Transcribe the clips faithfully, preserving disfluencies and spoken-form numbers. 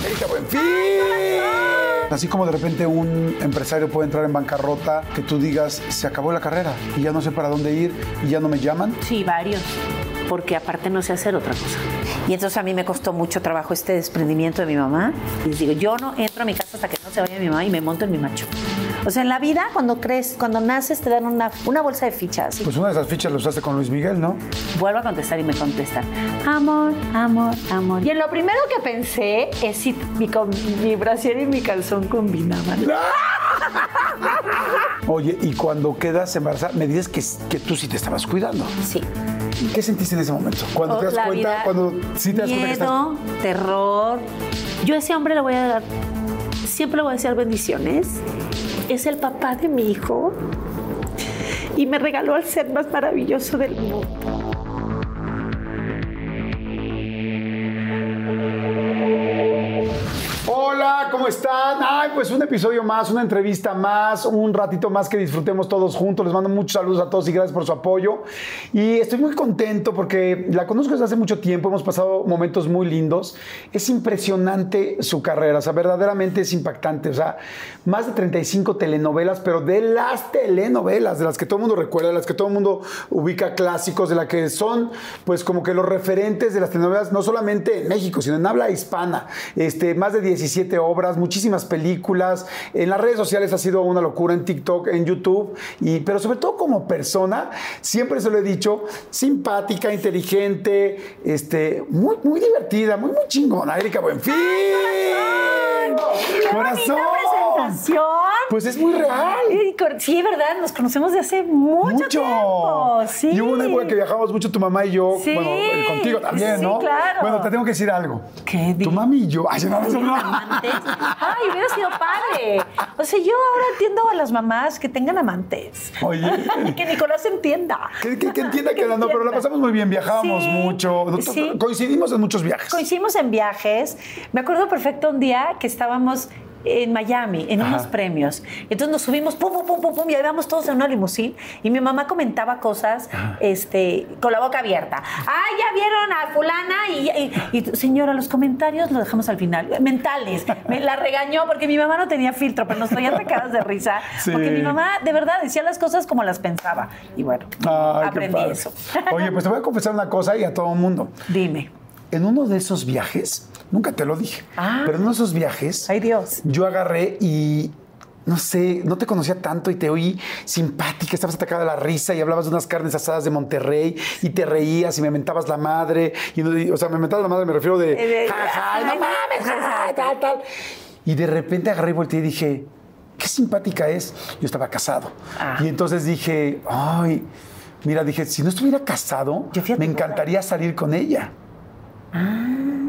Erika Buenfil. Así como de repente un empresario puede entrar en bancarrota, que tú digas, se acabó la carrera y ya no sé para dónde ir y ya no me llaman. Sí, varios, porque aparte no sé hacer otra cosa. Y entonces a mí me costó mucho trabajo este desprendimiento de mi mamá. Y les digo, yo no entro a mi casa hasta que no se vaya mi mamá y me monto en mi macho. O sea, en la vida, cuando crees, cuando naces, te dan una, una bolsa de fichas. ¿Sí? Pues una de esas fichas la usaste con Luis Miguel, ¿no? Vuelvo a contestar y me contestan, amor, amor, amor. Y en lo primero que pensé es si mi, mi brasier y mi calzón combinaban. Oye, y cuando quedas embarazada, me dices que, que tú sí te estabas cuidando. Sí. ¿Qué sentiste en ese momento? Cuando Oh, te das cuenta, vida, cuando sí te das miedo, cuenta que estás... terror. Yo a ese hombre le voy a dar, siempre le voy a decir bendiciones. Es el papá de mi hijo y me regaló al ser más maravilloso del mundo. Hola, ¿cómo están? Ay, pues un episodio más, una entrevista más, un ratito más que disfrutemos todos juntos. Les mando muchos saludos a todos y gracias por su apoyo. Y estoy muy contento porque la conozco desde hace mucho tiempo, hemos pasado momentos muy lindos. Es impresionante su carrera, o sea, verdaderamente es impactante. O sea, más de treinta y cinco telenovelas, pero de las telenovelas, de las que todo el mundo recuerda, de las que todo el mundo ubica clásicos, de las que son, pues, como que los referentes de las telenovelas, no solamente en México, sino en habla hispana. Este, más de diecisiete obras, muchísimas películas. En las redes sociales ha sido una locura, en TikTok, en YouTube, y, pero sobre todo como persona, siempre se lo he dicho, simpática, inteligente, este, muy, muy divertida, muy, muy chingona. Erika Buenfil. ¡Qué ¡Corazón! presentación! Pues es muy real. Sí, ¿verdad? Nos conocemos de hace mucho, mucho tiempo. Sí. Y hubo una época que viajamos mucho tu mamá y yo. Sí. Bueno, contigo también, sí, ¿no? Claro. Bueno, te tengo que decir algo. ¿Qué? Tu mami y yo. Ay, no, no, no. ¿Amantes? Ay, hubiera sido padre. O sea, yo ahora entiendo a las mamás que tengan amantes. Oye. Que Nicolás entienda. Que, que, que entienda que, que no, pero la pasamos muy bien. Viajábamos sí, mucho. Sí. Coincidimos en muchos viajes. Coincidimos en viajes. Me acuerdo perfecto un día que estábamos en Miami, en Ajá. unos premios. Entonces nos subimos, pum, pum, pum, pum, pum, y ahí vamos todos en una limusín. Y mi mamá comentaba cosas este, con la boca abierta. ¡Ay, ya vieron a fulana! Y, y, y señora, los comentarios los dejamos al final. Mentales. Me la regañó porque mi mamá no tenía filtro, pero nos traía arrancadas de risa. Sí. Porque mi mamá, de verdad, decía las cosas como las pensaba. Y bueno, Ay, aprendí eso. Oye, pues te voy a confesar una cosa y a todo el mundo. Dime. En uno de esos viajes, nunca te lo dije, ah. pero en uno de esos viajes, ay Dios, yo agarré y, no sé, no te conocía tanto y te oí simpática, estabas atacada de la risa y hablabas de unas carnes asadas de Monterrey y te reías y me mentabas la madre, y, o sea, me mentabas la madre, me refiero de, eh, ja, ja, no mames, ja, ja, tal, tal. Y de repente agarré y volteé y dije, qué simpática es. Yo estaba casado. Ah. Y entonces dije, ay, mira, dije, si no estuviera casado, me encantaría salir con ella. Ah,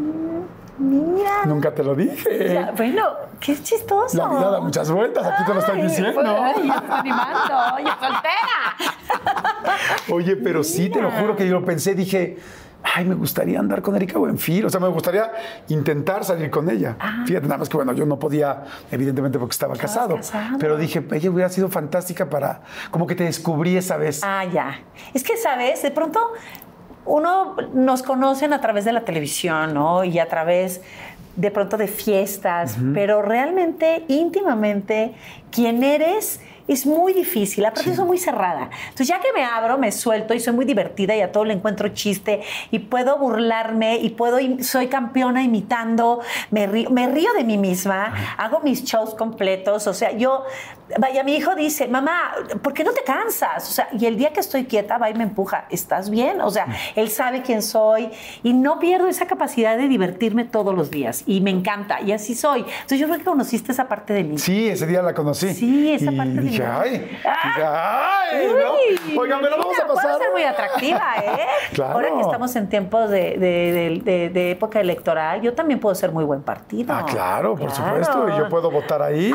mira. Nunca te lo dije. Ya, bueno, qué chistoso. La vida da muchas vueltas, aquí ay, te lo estoy diciendo. Pues, ay, ya estoy animando, ya soltera. Oye, pero sí, mira. Te lo juro que yo lo pensé, dije, ay, me gustaría andar con Erika Buenfil, o sea, me gustaría intentar salir con ella. Ah. Fíjate, nada más que bueno, yo no podía, evidentemente porque estaba casado, casado, pero dije, ella hubiera sido fantástica para, como que te descubrí esa vez. Ah, ya. Es que, ¿sabes? De pronto uno nos conocen a través de la televisión, ¿no? Y a través de pronto de fiestas, uh-huh. pero realmente, íntimamente, quién eres es muy difícil. Aparte, sí. soy muy cerrada. Entonces, ya que me abro, me suelto y soy muy divertida y a todo le encuentro chiste y puedo burlarme y puedo, soy campeona imitando, me río, me río de mí misma, uh-huh. hago mis shows completos. O sea, yo, vaya, mi hijo dice, mamá, ¿por qué no te cansas? O sea, y el día que estoy quieta, va y me empuja, ¿estás bien? O sea, uh-huh. él sabe quién soy y no pierdo esa capacidad de divertirme todos los días y me encanta y así soy. Entonces, yo creo que conociste esa parte de mí. Sí, ese día la conocí. Sí, esa y parte de mí. Dije, ay, ah, ay, ¿no? Oigan, me lo vamos a pasar. Puede ser muy atractiva, ¿eh? Claro. Ahora que estamos en tiempos de, de, de, de, de época electoral, yo también puedo ser muy buen partido. Ah, claro, por claro. supuesto. Y yo puedo votar ahí.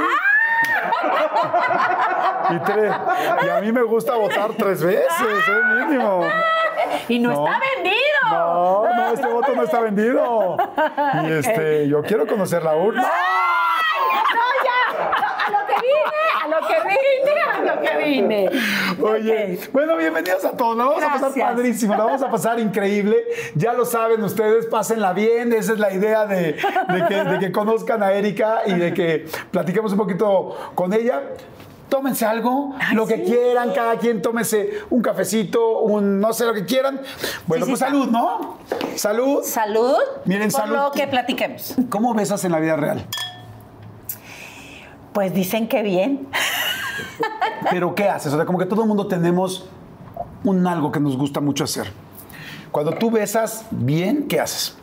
¡Ah! y, tres, y a mí me gusta votar tres veces, es mínimo. Y no, no está vendido. No, no, este voto no está vendido. Y este, yo quiero conocer la urna. No, ya, a lo que vine, a lo que vine, a lo que vine. Oye, okay. Bueno, bienvenidos a todos. La vamos Gracias. a pasar padrísimo, la vamos a pasar increíble. Ya lo saben ustedes, pásenla bien. Esa es la idea de, de, que, de que conozcan a Erika y de que platiquemos un poquito con ella. Tómense algo, Ay, lo que sí. quieran, cada quien tómese un cafecito, un no sé lo que quieran. Bueno, sí, sí, pues salud, ¿no? Salud. Salud. Miren, por salud. lo que platiquemos. ¿Cómo besas en la vida real? Pues dicen que bien. ¿Pero qué haces? O sea, como que todo el mundo tenemos un algo que nos gusta mucho hacer. Cuando tú besas bien, ¿qué haces?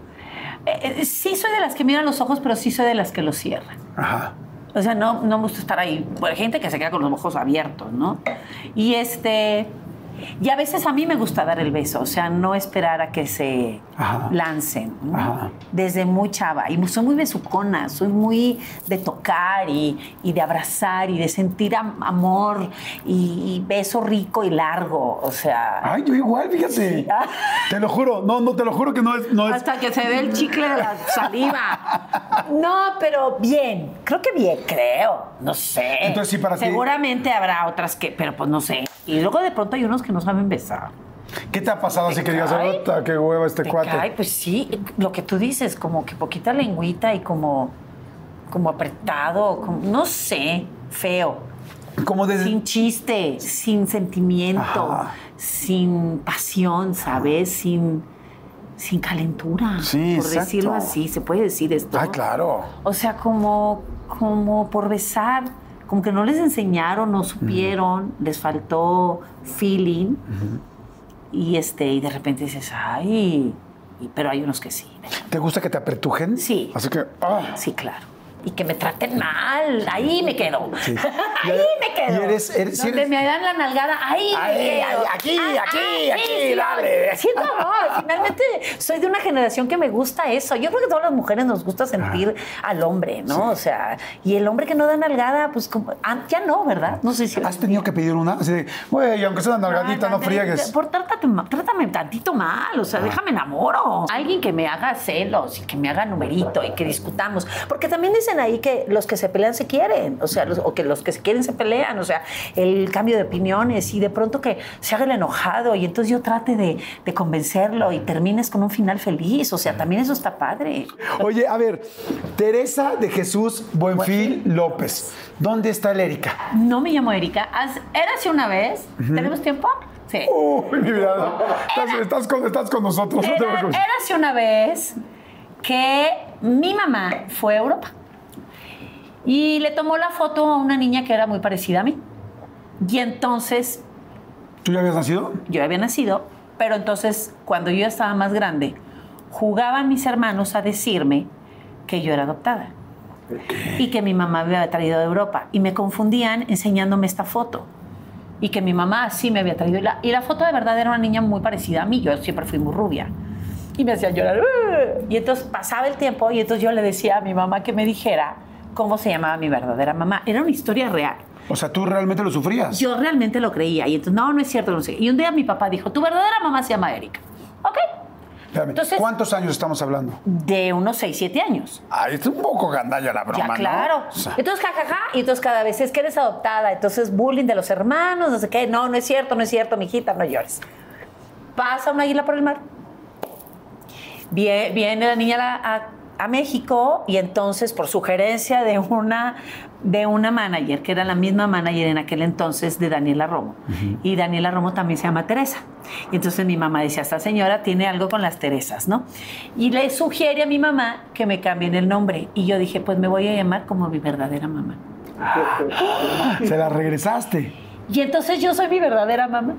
Eh, sí soy de las que miran los ojos, pero sí soy de las que los cierran. Ajá. O sea, no, no me gusta estar ahí. Hay gente que se queda con los ojos abiertos, ¿no? Y este... Y a veces a mí me gusta dar el beso, o sea, no esperar a que se Ajá. lancen, ¿no? Ajá. Desde muy chava. Y soy muy besucona, soy muy de tocar y, y de abrazar y de sentir am- amor y, y beso rico y largo, o sea... Ay, yo igual, fíjate. Sí. Te lo juro, no, no, te lo juro que no es... No es... Hasta que se ve el chicle de la saliva. No, pero bien, creo que bien, creo, no sé. Entonces sí, para ti... Seguramente habrá otras que, pero pues no sé. Y luego de pronto hay unos que no saben besar. ¿Qué te ha pasado así que digas, ahorita qué hueva este te cuate? Cae, pues sí, lo que tú dices, como que poquita lengüita y como, como apretado, como, no sé, feo. Como desde... Sin chiste, sin sentimiento, Ajá. sin pasión, ¿sabes? Sin, sin calentura, sí, por exacto. decirlo así, se puede decir esto. Ah, claro. O sea, como, como por besar. Como que no les enseñaron, no supieron, uh-huh. les faltó feeling. Uh-huh. Y, este, y de repente dices, ay, y, pero hay unos que sí. ¿Te gusta que te apretujen? Sí. Así que, ah. Sí, claro. Y que me traten mal, ahí me quedo. Sí. Ahí me quedo. Y eres, eres, Donde eres... me dan la nalgada, ahí, ahí me quedo. Aquí, ah, aquí, ah, aquí, sí, dale. Sí, no, no, finalmente soy de una generación que me gusta eso. Yo creo que todas las mujeres nos gusta sentir ah. al hombre, ¿no? Sí. O sea, y el hombre que no da nalgada, pues como, ah, ya no, ¿verdad? No sé si... ¿Has tenido que pedir una? Así de, güey, aunque sea una nalgadita, ah, no friegues. Por trátame, trátame tantito mal, o sea, ah. déjame enamoro. Alguien que me haga celos y que me haga numerito y que discutamos. Porque también dicen ahí que los que se pelean se quieren, o sea, los, o que los que se quieren se pelean, o sea, el cambio de opiniones y de pronto que se haga el enojado y entonces yo trate de, de convencerlo y termines con un final feliz, o sea, también eso está padre. Oye, a ver, Teresa de Jesús Buenfil Buen... López, ¿dónde está el Erika? No me llamo Erika, érase una vez, uh-huh. ¿tenemos tiempo? Sí. Uy, mi vida, estás, estás, con, estás con nosotros. Era, no te érase una vez que mi mamá fue a Europa. Y le tomó la foto a una niña que era muy parecida a mí. Y entonces... ¿Tú ya habías nacido? Yo había nacido, pero entonces, cuando yo ya estaba más grande, jugaban mis hermanos a decirme que yo era adoptada. Okay. Y que mi mamá me había traído de Europa. Y me confundían enseñándome esta foto. Y que mi mamá sí me había traído. Y la, y la foto de verdad era una niña muy parecida a mí. Yo siempre fui muy rubia. Y me hacían llorar. Y entonces pasaba el tiempo y entonces yo le decía a mi mamá que me dijera cómo se llamaba mi verdadera mamá. Era una historia real. O sea, ¿tú realmente lo sufrías? Yo realmente lo creía. Y entonces, no, no es cierto, no sé. Y un día mi papá dijo, tu verdadera mamá se llama Erika. Ok. Espérame, entonces, ¿cuántos años estamos hablando? De unos seis, siete años. Ay, es un poco gandalla la broma, ya, claro. ¿no? O sea. Entonces, jajaja, ja, ja, y entonces cada vez es que eres adoptada. Entonces, bullying de los hermanos, no sé qué. No, no es cierto, no es cierto, mijita, no llores. Pasa una águila por el mar. Viene, viene la niña a, a a México y entonces por sugerencia de una, de una manager, que era la misma manager en aquel entonces de Daniela Romo. Uh-huh. Y Daniela Romo también se llama Teresa. Y entonces mi mamá decía, esta señora tiene algo con las Teresas, ¿no? Y le sugiere a mi mamá que me cambien el nombre. Y yo dije, pues me voy a llamar como mi verdadera mamá. Ah, ¿se la regresaste? Y entonces yo soy mi verdadera mamá.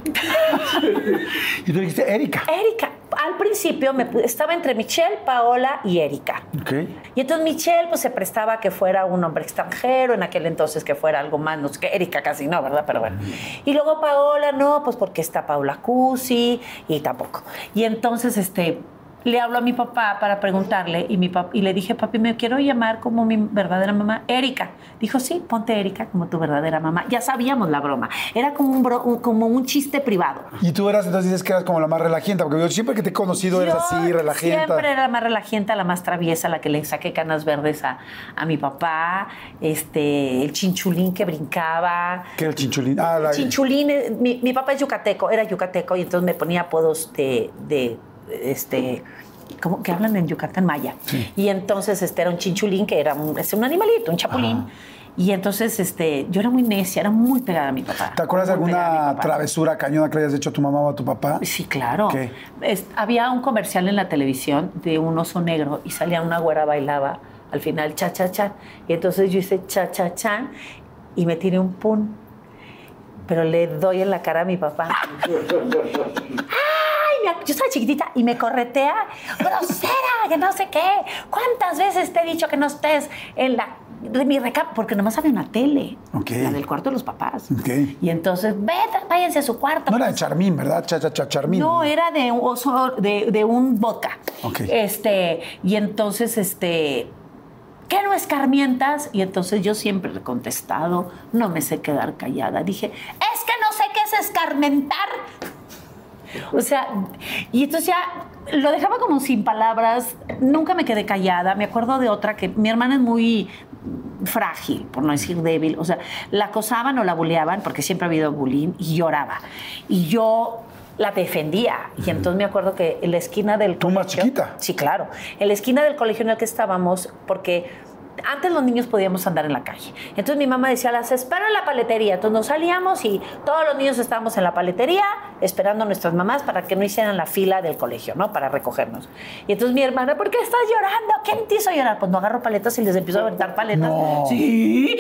¿Y tú dijiste Erika? Erika. Al principio me, estaba entre Michelle, Paola y Erika. Okay. Y entonces Michelle pues se prestaba a que fuera un hombre extranjero, en aquel entonces que fuera algo más, no sé qué, Erika casi no, ¿verdad? Pero bueno. Y luego Paola, no, pues porque está Paola Cusi y tampoco. Y entonces, este... le hablo a mi papá para preguntarle y, mi pap- y le dije, papi, me quiero llamar como mi verdadera mamá, Erika. Dijo, sí, ponte Erika como tu verdadera mamá. Ya sabíamos la broma. Era como un, bro, un, como un chiste privado. Y tú eras, entonces dices que eras como la más relajienta, porque yo siempre que te he conocido eres Yo así, relajienta. Siempre era la más relajienta, la más traviesa, la que le saqué canas verdes a, a mi papá, este, el chinchulín que brincaba. ¿Qué era el chinchulín? Ah, la... Chinchulín, eh, mi, mi papá es yucateco, era yucateco, y entonces me ponía apodos de, de este, como que hablan en Yucatán maya. Sí. Y entonces este era un chinchulín, que era un, es un animalito, un chapulín. Ajá. Y entonces este, yo era muy necia, era muy pegada a mi papá. ¿Te acuerdas de alguna travesura cañona que le hayas hecho a tu mamá o a tu papá? Sí, claro. ¿Qué? Es, había un comercial en la televisión de un oso negro y salía una güera, bailaba al final cha, cha, cha. Y entonces yo hice cha, cha, cha y me tiré un pun. Pero le doy en la cara a mi papá. Yo estaba chiquitita y me corretea, grosera, que no sé qué. ¿Cuántas veces te he dicho que no estés en la de mi recámara? Porque nomás había una tele, okay. La del cuarto de los papás. Okay. Y entonces, vete, váyanse a su cuarto. No era de Charmín, ¿verdad? Cha, cha, cha, Charmín. No, era de un oso, de, de un vodka. Okay. Este, y entonces, este... ¿qué no escarmientas? Y entonces yo siempre he contestado, no me sé quedar callada. Dije, es que no sé qué es escarmentar. O sea, y entonces ya lo dejaba como sin palabras, nunca me quedé callada. Me acuerdo de otra que mi hermana es muy frágil, por no decir débil. O sea, la acosaban o la buleaban, porque siempre ha habido bullying, y lloraba. Y yo la defendía. Y entonces me acuerdo que en la esquina del ¿Tú colegio... más chiquita? Sí, claro. En la esquina del colegio en el que estábamos, porque... antes los niños podíamos andar en la calle. Entonces mi mamá decía, las espero en la paletería. Entonces nos salíamos y todos los niños estábamos en la paletería esperando a nuestras mamás para que no hicieran la fila del colegio, ¿no? Para recogernos. Y entonces mi hermana, ¿por qué estás llorando? ¿Quién te hizo llorar? Pues no agarro paletas y les empiezo a aventar paletas. No. Sí.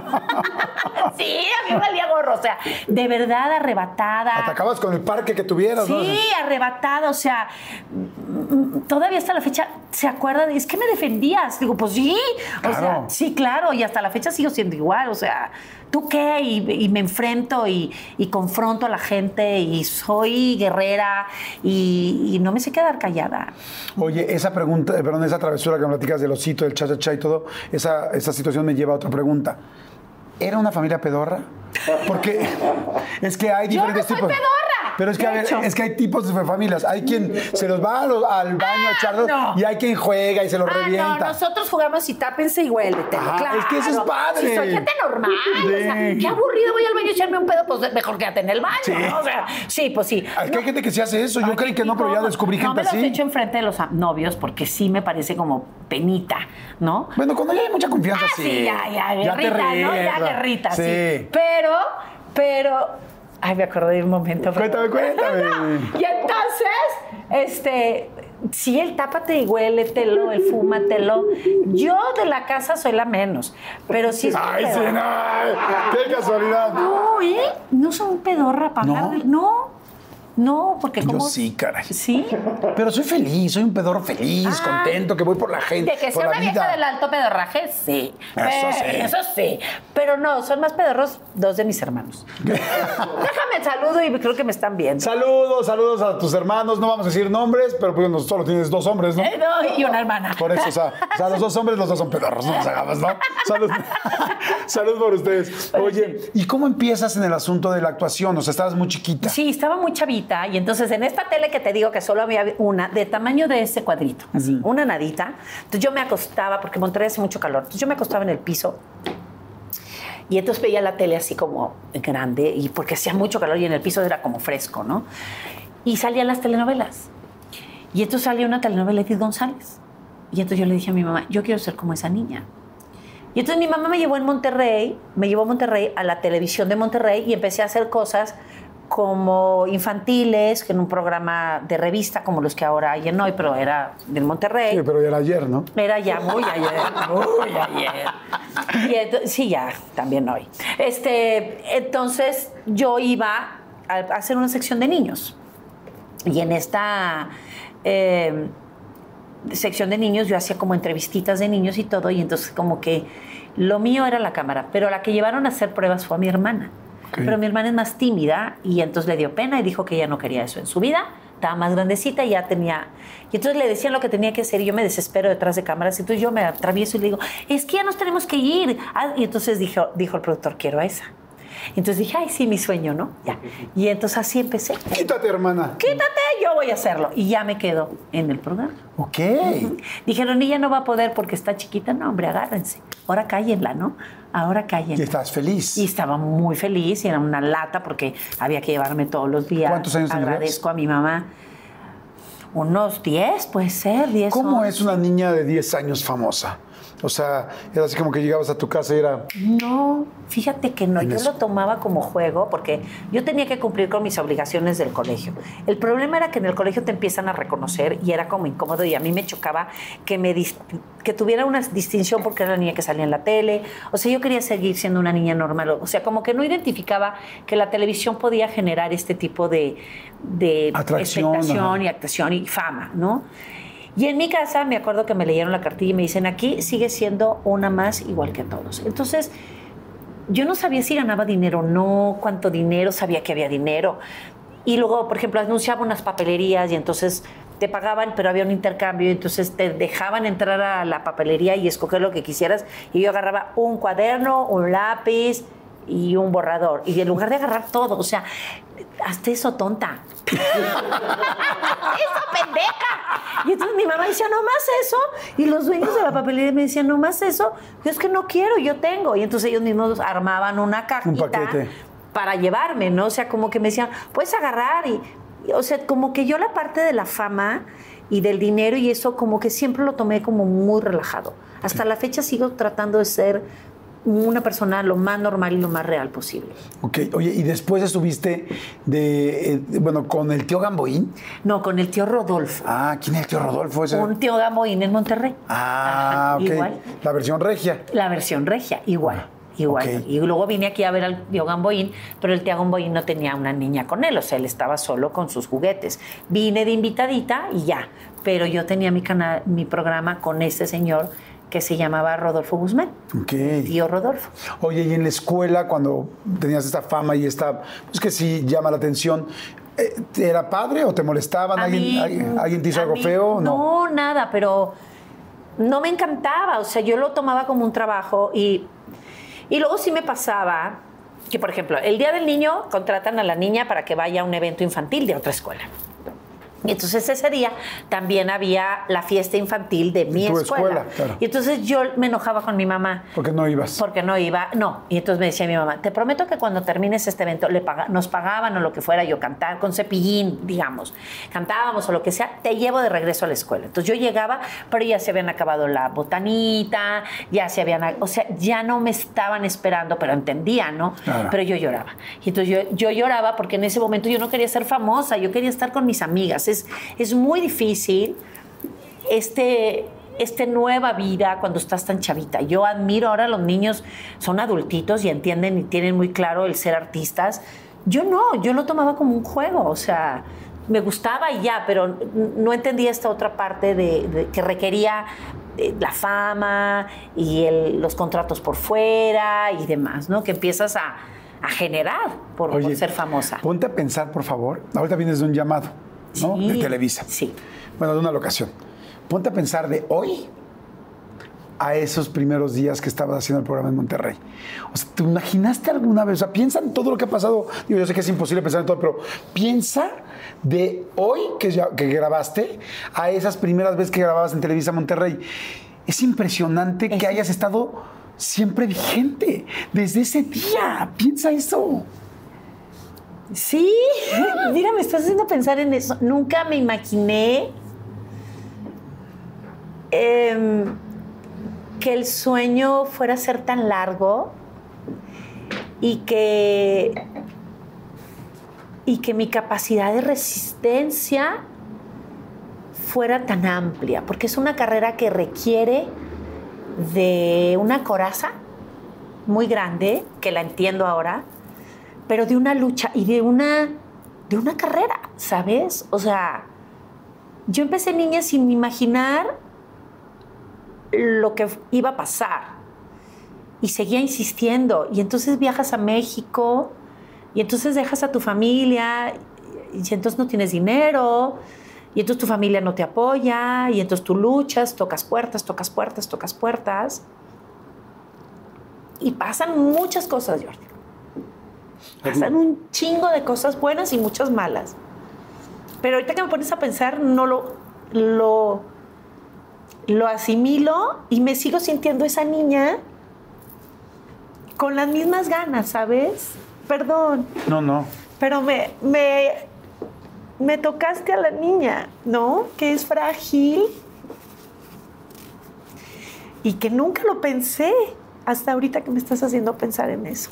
Sí, a mí me valía gorro. O sea, de verdad arrebatada. Atacabas con el parque que tuvieras, sí, ¿no? Sí, arrebatada. O sea, todavía hasta la fecha se acuerda de, es que me defendías. Digo, pues sí. Claro. O sea, sí, claro, y hasta la fecha sigo siendo igual, o sea, ¿tú qué? Y, y me enfrento y, y confronto a la gente y soy guerrera y, y no me sé quedar callada. Oye, esa pregunta, perdón, esa travesura que me platicas del osito, del cha-cha-cha y todo, esa, esa situación me lleva a otra pregunta. ¿Era una familia pedorra? Porque es que hay diferentes Yo no soy tipos. pedorra. Pero es que, a ver, es que hay tipos de familias. Hay quien se los va a los, al baño a echarlos no. y hay quien juega y se los Ah, revienta. no, nosotros jugamos y tápense y huélete. Ajá, Claro. es que eso es padre. Si soy gente normal. Sí. O sea, qué aburrido, voy al baño a echarme un pedo, pues mejor quédate en el baño. Sí. ¿No? O sea, sí, pues sí. Es que hay gente que se hace eso. Yo Ay, creí que no, pero ya descubrí no gente me los así. he hecho enfrente de los novios porque sí me parece como penita, ¿no? Bueno, cuando ya hay mucha confianza, Ah, sí. sí, ya, ya, Ya te guerrita, ¿no? ríes, Ya ¿no? guerrita, sí. Sí. Pero, pero... Ay, me acordé de un momento. Cuéntame, cuéntame. Y entonces, este... sí, el tápate y huéletelo, el fúmatelo. Yo de la casa soy la menos, pero sí... ¡Ay, sí, no! ¡Qué casualidad! No, ¿eh? No soy un pedorra para ¿No? hablar de... No. No, porque como... Yo sí, caray. ¿Sí? Pero soy feliz, soy un pedorro feliz, Ah, contento, que voy por la gente, De que por sea la una vieja vida. del alto pedorraje, sí. Eso Pero- sí. Eso sí. Pero no, son más pedorros dos de mis hermanos. Déjame saludo y creo que me están viendo. Saludos, saludos a tus hermanos. No vamos a decir nombres, pero pues no, solo tienes dos hombres, ¿no? Eh, no, y una hermana. Por eso, o sea, o sea, los dos hombres, los dos son pedorros, no nos hagamos, ¿no? Salud. Salud por ustedes. Oye, ¿y cómo empiezas en el asunto de la actuación? O sea, estabas muy chiquita. Sí, estaba muy chavita y entonces en esta tele que te digo que solo había una de tamaño de ese cuadrito, así, Ujú. una nadita. Entonces yo me acostaba, porque Monterrey hace mucho calor, entonces yo me acostaba en el piso y entonces veía la tele así como grande y porque hacía mucho calor y en el piso era como fresco, ¿no? Y salían las telenovelas. Y entonces salía una telenovela de Edith González. Y entonces yo le dije a mi mamá, yo quiero ser como esa niña. Y entonces mi mamá me llevó en Monterrey, me llevó a Monterrey, a la televisión de Monterrey y empecé a hacer cosas como infantiles, en un programa de revista como los que ahora hay en Hoy, pero era del Monterrey. Sí, pero ya era ayer, ¿no? Era ya muy ayer, muy ayer. Y ento- sí, ya, también hoy. Este, entonces yo iba a hacer una sección de niños. Y en esta eh, sección de niños yo hacía como entrevistitas de niños y todo, y entonces como que lo mío era la cámara, pero la que llevaron a hacer pruebas fue a mi hermana. Okay. Pero mi hermana es más tímida y entonces le dio pena y dijo que ella no quería eso en su vida, estaba más grandecita y ya tenía... Y entonces le decían lo que tenía que hacer y yo me desespero detrás de cámaras. Y entonces yo me atravieso y le digo, es que ya nos tenemos que ir. Ah, y entonces dijo, dijo el productor, quiero a esa. Entonces dije, ay, sí, mi sueño, ¿no? Ya. Y entonces así empecé. Quítate, hermana. Quítate, yo voy a hacerlo. Y ya me quedo en el programa. Ok. Uh-huh. Dijeron, ella no va a poder porque está chiquita. No, hombre, agárrense. Ahora cállenla, ¿no? Ahora cállenla. Y estás feliz. Y estaba muy feliz y era una lata porque había que llevarme todos los días. ¿Cuántos años tenías? Agradezco a mi mamá. Unos diez, puede ser, diez. ¿Cómo once. es una niña de diez años famosa? O sea, era así como que llegabas a tu casa y era... No, fíjate que no. Yo lo tomaba como juego porque yo tenía que cumplir con mis obligaciones del colegio. El problema era que en el colegio te empiezan a reconocer y era como incómodo y a mí me chocaba que, me dis- que tuviera una distinción porque era la niña que salía en la tele. O sea, yo quería seguir siendo una niña normal. O sea, como que no identificaba que la televisión podía generar este tipo de, de Atracción, expectación ajá. y actuación y fama, ¿no? Y en mi casa me acuerdo que me leyeron la cartilla y me dicen, aquí sigue siendo una más igual que todos. Entonces, yo no sabía si ganaba dinero o no, cuánto dinero, sabía que había dinero. Y luego, por ejemplo, anunciaba unas papelerías y entonces te pagaban, pero había un intercambio, y entonces te dejaban entrar a la papelería y escoger lo que quisieras. Y yo agarraba un cuaderno, un lápiz y un borrador. Y en lugar de agarrar todo, o sea, hazte eso, tonta. ¡Eso, pendeja! Y entonces mi mamá decía, no más eso. Y los dueños de la papelería me decían, no más eso. Yo es que no quiero, yo tengo. Y entonces ellos mismos armaban una cajita Un paquete para llevarme, ¿no? O sea, como que me decían, puedes agarrar. Y, y, o sea, como que yo la parte de la fama y del dinero y eso, como que siempre lo tomé como muy relajado. Hasta sí. La fecha sigo tratando de ser una persona lo más normal y lo más real posible. Ok, oye, ¿y después estuviste de, eh, bueno, con el tío Gamboín? No, con el tío Rodolfo. Ah, ¿quién es el tío Rodolfo? ¿Ese? Un tío Gamboín en Monterrey. Ah, Ajá, ok. Igual. La versión regia. La versión regia, igual. Igual. Okay. Y luego vine aquí a ver al tío Gamboín, pero el tío Gamboín no tenía una niña con él, o sea, él estaba solo con sus juguetes. Vine de invitadita y ya, pero yo tenía mi, canal, mi programa con este señor que se llamaba Rodolfo Guzmán. Okay. Tío Rodolfo. Oye, y en la escuela, cuando tenías esta fama y esta, pues que sí llama la atención, ¿era padre o te molestaban? ¿Alguien, mí, ¿alguien, ¿Alguien te hizo algo mí, feo? No, no, nada, pero no me encantaba. O sea, yo lo tomaba como un trabajo y, y luego sí me pasaba que, por ejemplo, el Día del Niño contratan a la niña para que vaya a un evento infantil de otra escuela. Y entonces ese día también había la fiesta infantil de mi tu escuela. escuela, claro. Y entonces yo me enojaba con mi mamá. Porque no ibas. Porque no iba, no. Y entonces me decía mi mamá, te prometo que cuando termines este evento le paga, nos pagaban o lo que fuera, yo cantar con cepillín, digamos. Cantábamos o lo que sea, te llevo de regreso a la escuela. Entonces yo llegaba, pero ya se habían acabado la botanita, ya se habían, o sea, ya no me estaban esperando, pero entendía, ¿no? Claro. Pero yo lloraba. Y entonces yo, yo lloraba porque en ese momento yo no quería ser famosa, yo quería estar con mis amigas. Es, es muy difícil este, este nueva vida cuando estás tan chavita. Yo admiro ahora a los niños, son adultitos y entienden y tienen muy claro el ser artistas. Yo no, yo lo tomaba como un juego, o sea, me gustaba y ya, pero no entendía esta otra parte de, de que requería la fama y el, los contratos por fuera y demás, ¿no? Que empiezas a, a generar por, Oye, por ser famosa. Ponte a pensar, por favor. Ahorita vienes de un llamado, ¿no? Sí, de Televisa. Sí. Bueno, de una locación. Ponte a pensar de hoy a esos primeros días que estabas haciendo el programa en Monterrey. O sea, ¿te imaginaste alguna vez? O sea, piensa en todo lo que ha pasado. Digo, yo sé que es imposible pensar en todo, pero piensa de hoy que, ya, que grabaste a esas primeras veces que grababas en Televisa Monterrey. Es impresionante es... que hayas estado siempre vigente desde ese día. Piensa eso. Sí, mira, me estás haciendo pensar en eso. Nunca me imaginé eh, que el sueño fuera a ser tan largo y que, y que mi capacidad de resistencia fuera tan amplia, porque es una carrera que requiere de una coraza muy grande, que la entiendo ahora, pero de una lucha y de una, de una carrera, ¿sabes? O sea, yo empecé niña sin imaginar lo que iba a pasar y seguía insistiendo, y entonces viajas a México y entonces dejas a tu familia y entonces no tienes dinero, y entonces tu familia no te apoya, y entonces tú luchas, tocas puertas, tocas puertas, tocas puertas. Y pasan muchas cosas, Jordi. Pasan un chingo de cosas buenas y muchas malas. Pero ahorita que me pones a pensar, no lo, lo, lo asimilo y me sigo sintiendo esa niña con las mismas ganas, ¿sabes? Perdón. No, no. Pero me, me, me tocaste a la niña, ¿no? Que es frágil y que nunca lo pensé hasta ahorita que me estás haciendo pensar en eso.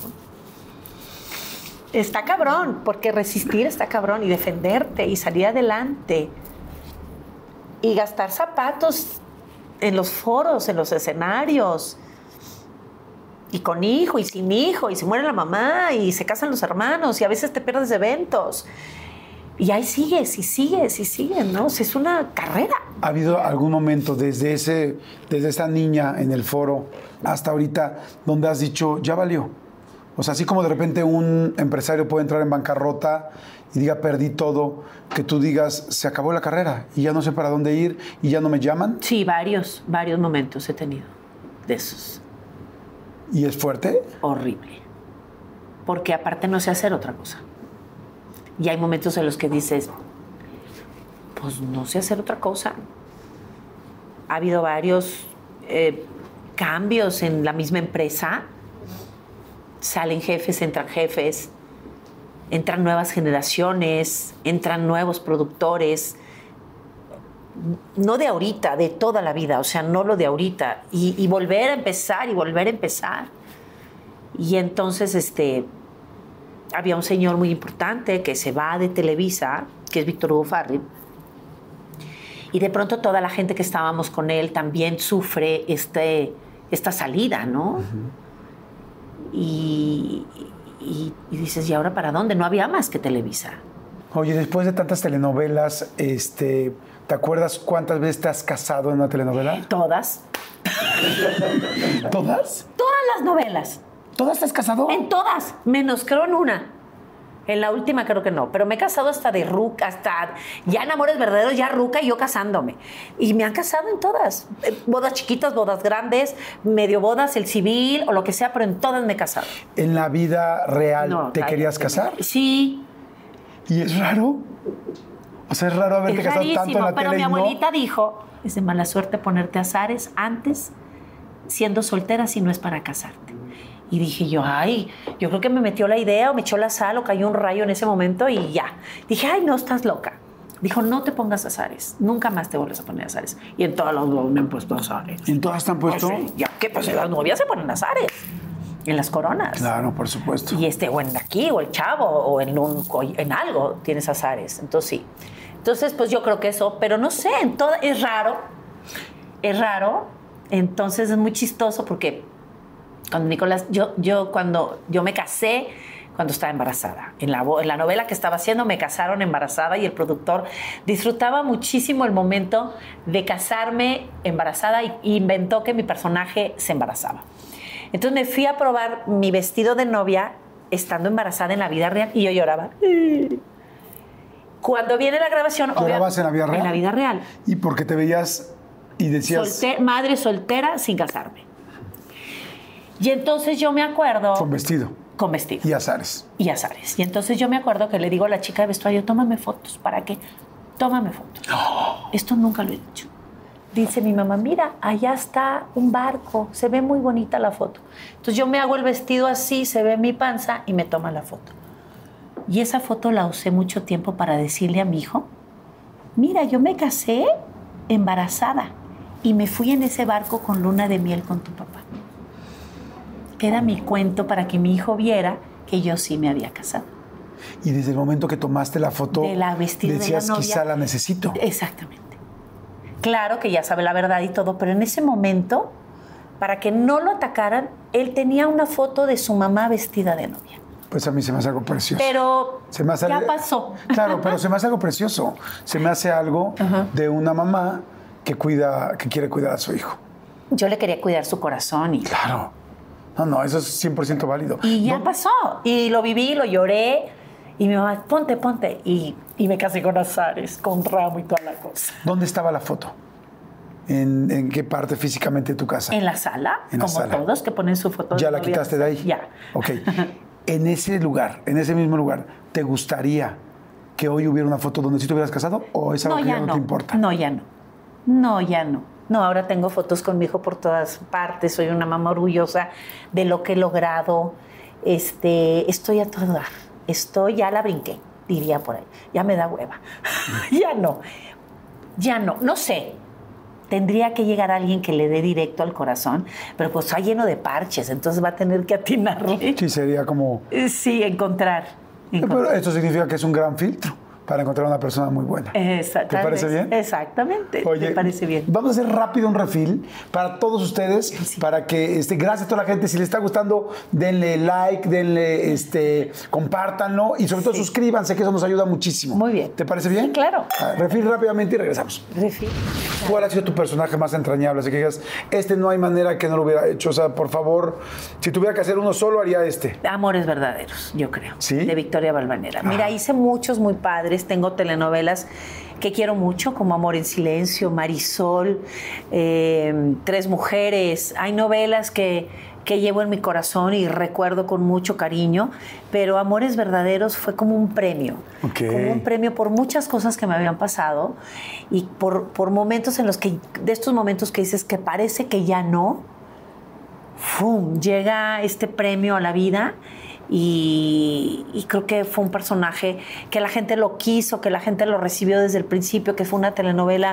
Está cabrón, porque resistir está cabrón y defenderte y salir adelante y gastar zapatos en los foros, en los escenarios y con hijo y sin hijo y se muere la mamá y se casan los hermanos y a veces te pierdes de eventos y ahí sigues y sigues y sigues, ¿no? O sea, es una carrera. ¿Ha habido algún momento desde, ese, desde esa niña en el foro hasta ahorita donde has dicho, ya valió? O sea, así como de repente un empresario puede entrar en bancarrota y diga, perdí todo, que tú digas, se acabó la carrera y ya no sé para dónde ir y ya no me llaman. Sí, varios, varios momentos he tenido de esos. ¿Y es fuerte? Horrible. Porque aparte no sé hacer otra cosa. Y hay momentos en los que dices, pues no sé hacer otra cosa. Ha habido varios eh, cambios en la misma empresa. Salen jefes, entran jefes, entran nuevas generaciones, entran nuevos productores, no de ahorita, de toda la vida, o sea, no lo de ahorita, y, y volver a empezar y volver a empezar. Y entonces este, había un señor muy importante que se va de Televisa, que es Víctor Hugo Farril, y de pronto toda la gente que estábamos con él también sufre este, esta salida, ¿no? Uh-huh. Y, y, y dices, ¿y ahora para dónde? No había más que Televisa. Oye, después de tantas telenovelas, este, ¿te acuerdas cuántas veces te has casado en una telenovela? Todas. ¿Todas? Todas las novelas. ¿Todas te has casado? En todas, menos creo en una. En la última creo que no, pero me he casado hasta de ruca, hasta ya en Amores Verdaderos, ya ruca y yo casándome. Y me han casado en todas. Bodas chiquitas, bodas grandes, medio bodas, el civil o lo que sea, pero en todas me he casado. ¿En la vida real no, te querías casar? Sí. ¿Y es raro? O sea, es raro haberte es casado rarísimo, tanto en la pero tele mi y abuelita no. dijo, es de mala suerte ponerte azares antes siendo soltera si no es para casarte. Y dije yo, ay, yo creo que me metió la idea o me echó la sal o cayó un rayo en ese momento y ya. Dije, ay, no, estás loca. Dijo, no te pongas azares. Nunca más te vuelves a poner azares. Y en todas las novias me han puesto azares. ¿En todas te han puesto? Pues, ¿ya qué? Pues en las novias se ponen azares. En las coronas. Claro, por supuesto. Y este, o en aquí, o el chavo, o en, un, en algo tienes azares. Entonces sí. Entonces, pues yo creo que eso, pero no sé, en toda, es raro. Es raro. Entonces es muy chistoso porque cuando Nicolás, yo, yo cuando yo me casé, cuando estaba embarazada. En la, en la novela que estaba haciendo me casaron embarazada y el productor disfrutaba muchísimo el momento de casarme embarazada y, y inventó que mi personaje se embarazaba. Entonces me fui a probar mi vestido de novia estando embarazada en la vida real y yo lloraba. Cuando viene la grabación... ¿Llorabas en la vida real? En la vida real. ¿Y por qué te veías y decías...? Solter, madre soltera sin casarme. Y entonces yo me acuerdo... Con vestido. Con vestido. Y azares. Y azares. Y entonces yo me acuerdo que le digo a la chica de vestuario, tómame fotos. ¿Para qué? Tómame fotos. Oh. Esto nunca lo he dicho. Dice mi mamá, mira, allá está un barco. Se ve muy bonita la foto. Entonces yo me hago el vestido así, se ve mi panza y me toma la foto. Y esa foto la usé mucho tiempo para decirle a mi hijo, mira, yo me casé embarazada y me fui en ese barco con luna de miel con tu papá. Era mi cuento para que mi hijo viera que yo sí me había casado. Y desde el momento que tomaste la foto, de la vestida decías, de la novia, quizá la necesito. Exactamente. Claro que ya sabe la verdad y todo, pero en ese momento, para que no lo atacaran, él tenía una foto de su mamá vestida de novia. Pues a mí se me hace algo precioso. Pero se me hace ya algo... pasó. Claro, pero se me hace algo precioso. Se me hace algo uh-huh. de una mamá que cuida, que quiere cuidar a su hijo. Yo le quería cuidar su corazón y... Claro. No, no, eso es cien por ciento válido. Y ya ¿No? pasó. Y lo viví, lo lloré. Y mi mamá, ponte, ponte. Y Y me casé con azares, con ramo y toda la cosa. ¿Dónde estaba la foto? ¿En, en qué parte físicamente de tu casa? En la sala, en la como sala. todos que ponen su foto. ¿Ya la quitaste de ahí? Ya. Ok. En ese lugar, en ese mismo lugar, ¿te gustaría que hoy hubiera una foto donde sí te hubieras casado o es algo No, que ya ya no, no. te importa? No, ya no. No, ya no. No, ahora tengo fotos con mi hijo por todas partes. Soy una mamá orgullosa de lo que he logrado. Este, estoy a todo dar. Estoy, ya la brinqué, diría por ahí. Ya me da hueva. Ya no. Ya no. No sé. Tendría que llegar alguien que le dé directo al corazón, pero pues está lleno de parches, entonces va a tener que atinarle. Sí, sería como... Sí, encontrar. encontrar. Pero esto significa que es un gran filtro para encontrar una persona muy buena. Exactamente. ¿Te parece bien? Exactamente. Oye, me parece bien. Vamos a hacer rápido un refill para todos ustedes, Sí. para que, este, gracias a toda la gente, si les está gustando, denle like, denle, este, compártanlo y sobre todo Sí. suscríbanse, que eso nos ayuda muchísimo. Muy bien. ¿Te parece bien? Sí, claro. Ah, refill rápidamente y regresamos. Refi- ¿Cuál ha sido tu personaje más entrañable? Así que digas, este no hay manera que no lo hubiera hecho. O sea, por favor, si tuviera que hacer uno solo, haría este. Amores verdaderos, yo creo. ¿Sí? De Victoria Valvanera. Mira, Ajá. hice muchos muy padres. Tengo telenovelas que quiero mucho, como Amor en Silencio, Marisol, eh, Tres Mujeres. Hay novelas que, que llevo en mi corazón y recuerdo con mucho cariño, pero Amores Verdaderos fue como un premio. Ok. Como un premio por muchas cosas que me habían pasado y por, por momentos en los que, de estos momentos que dices que parece que ya no, ¡fum!, llega este premio a la vida. Y, y creo que fue un personaje que la gente lo quiso, que la gente lo recibió desde el principio, que fue una telenovela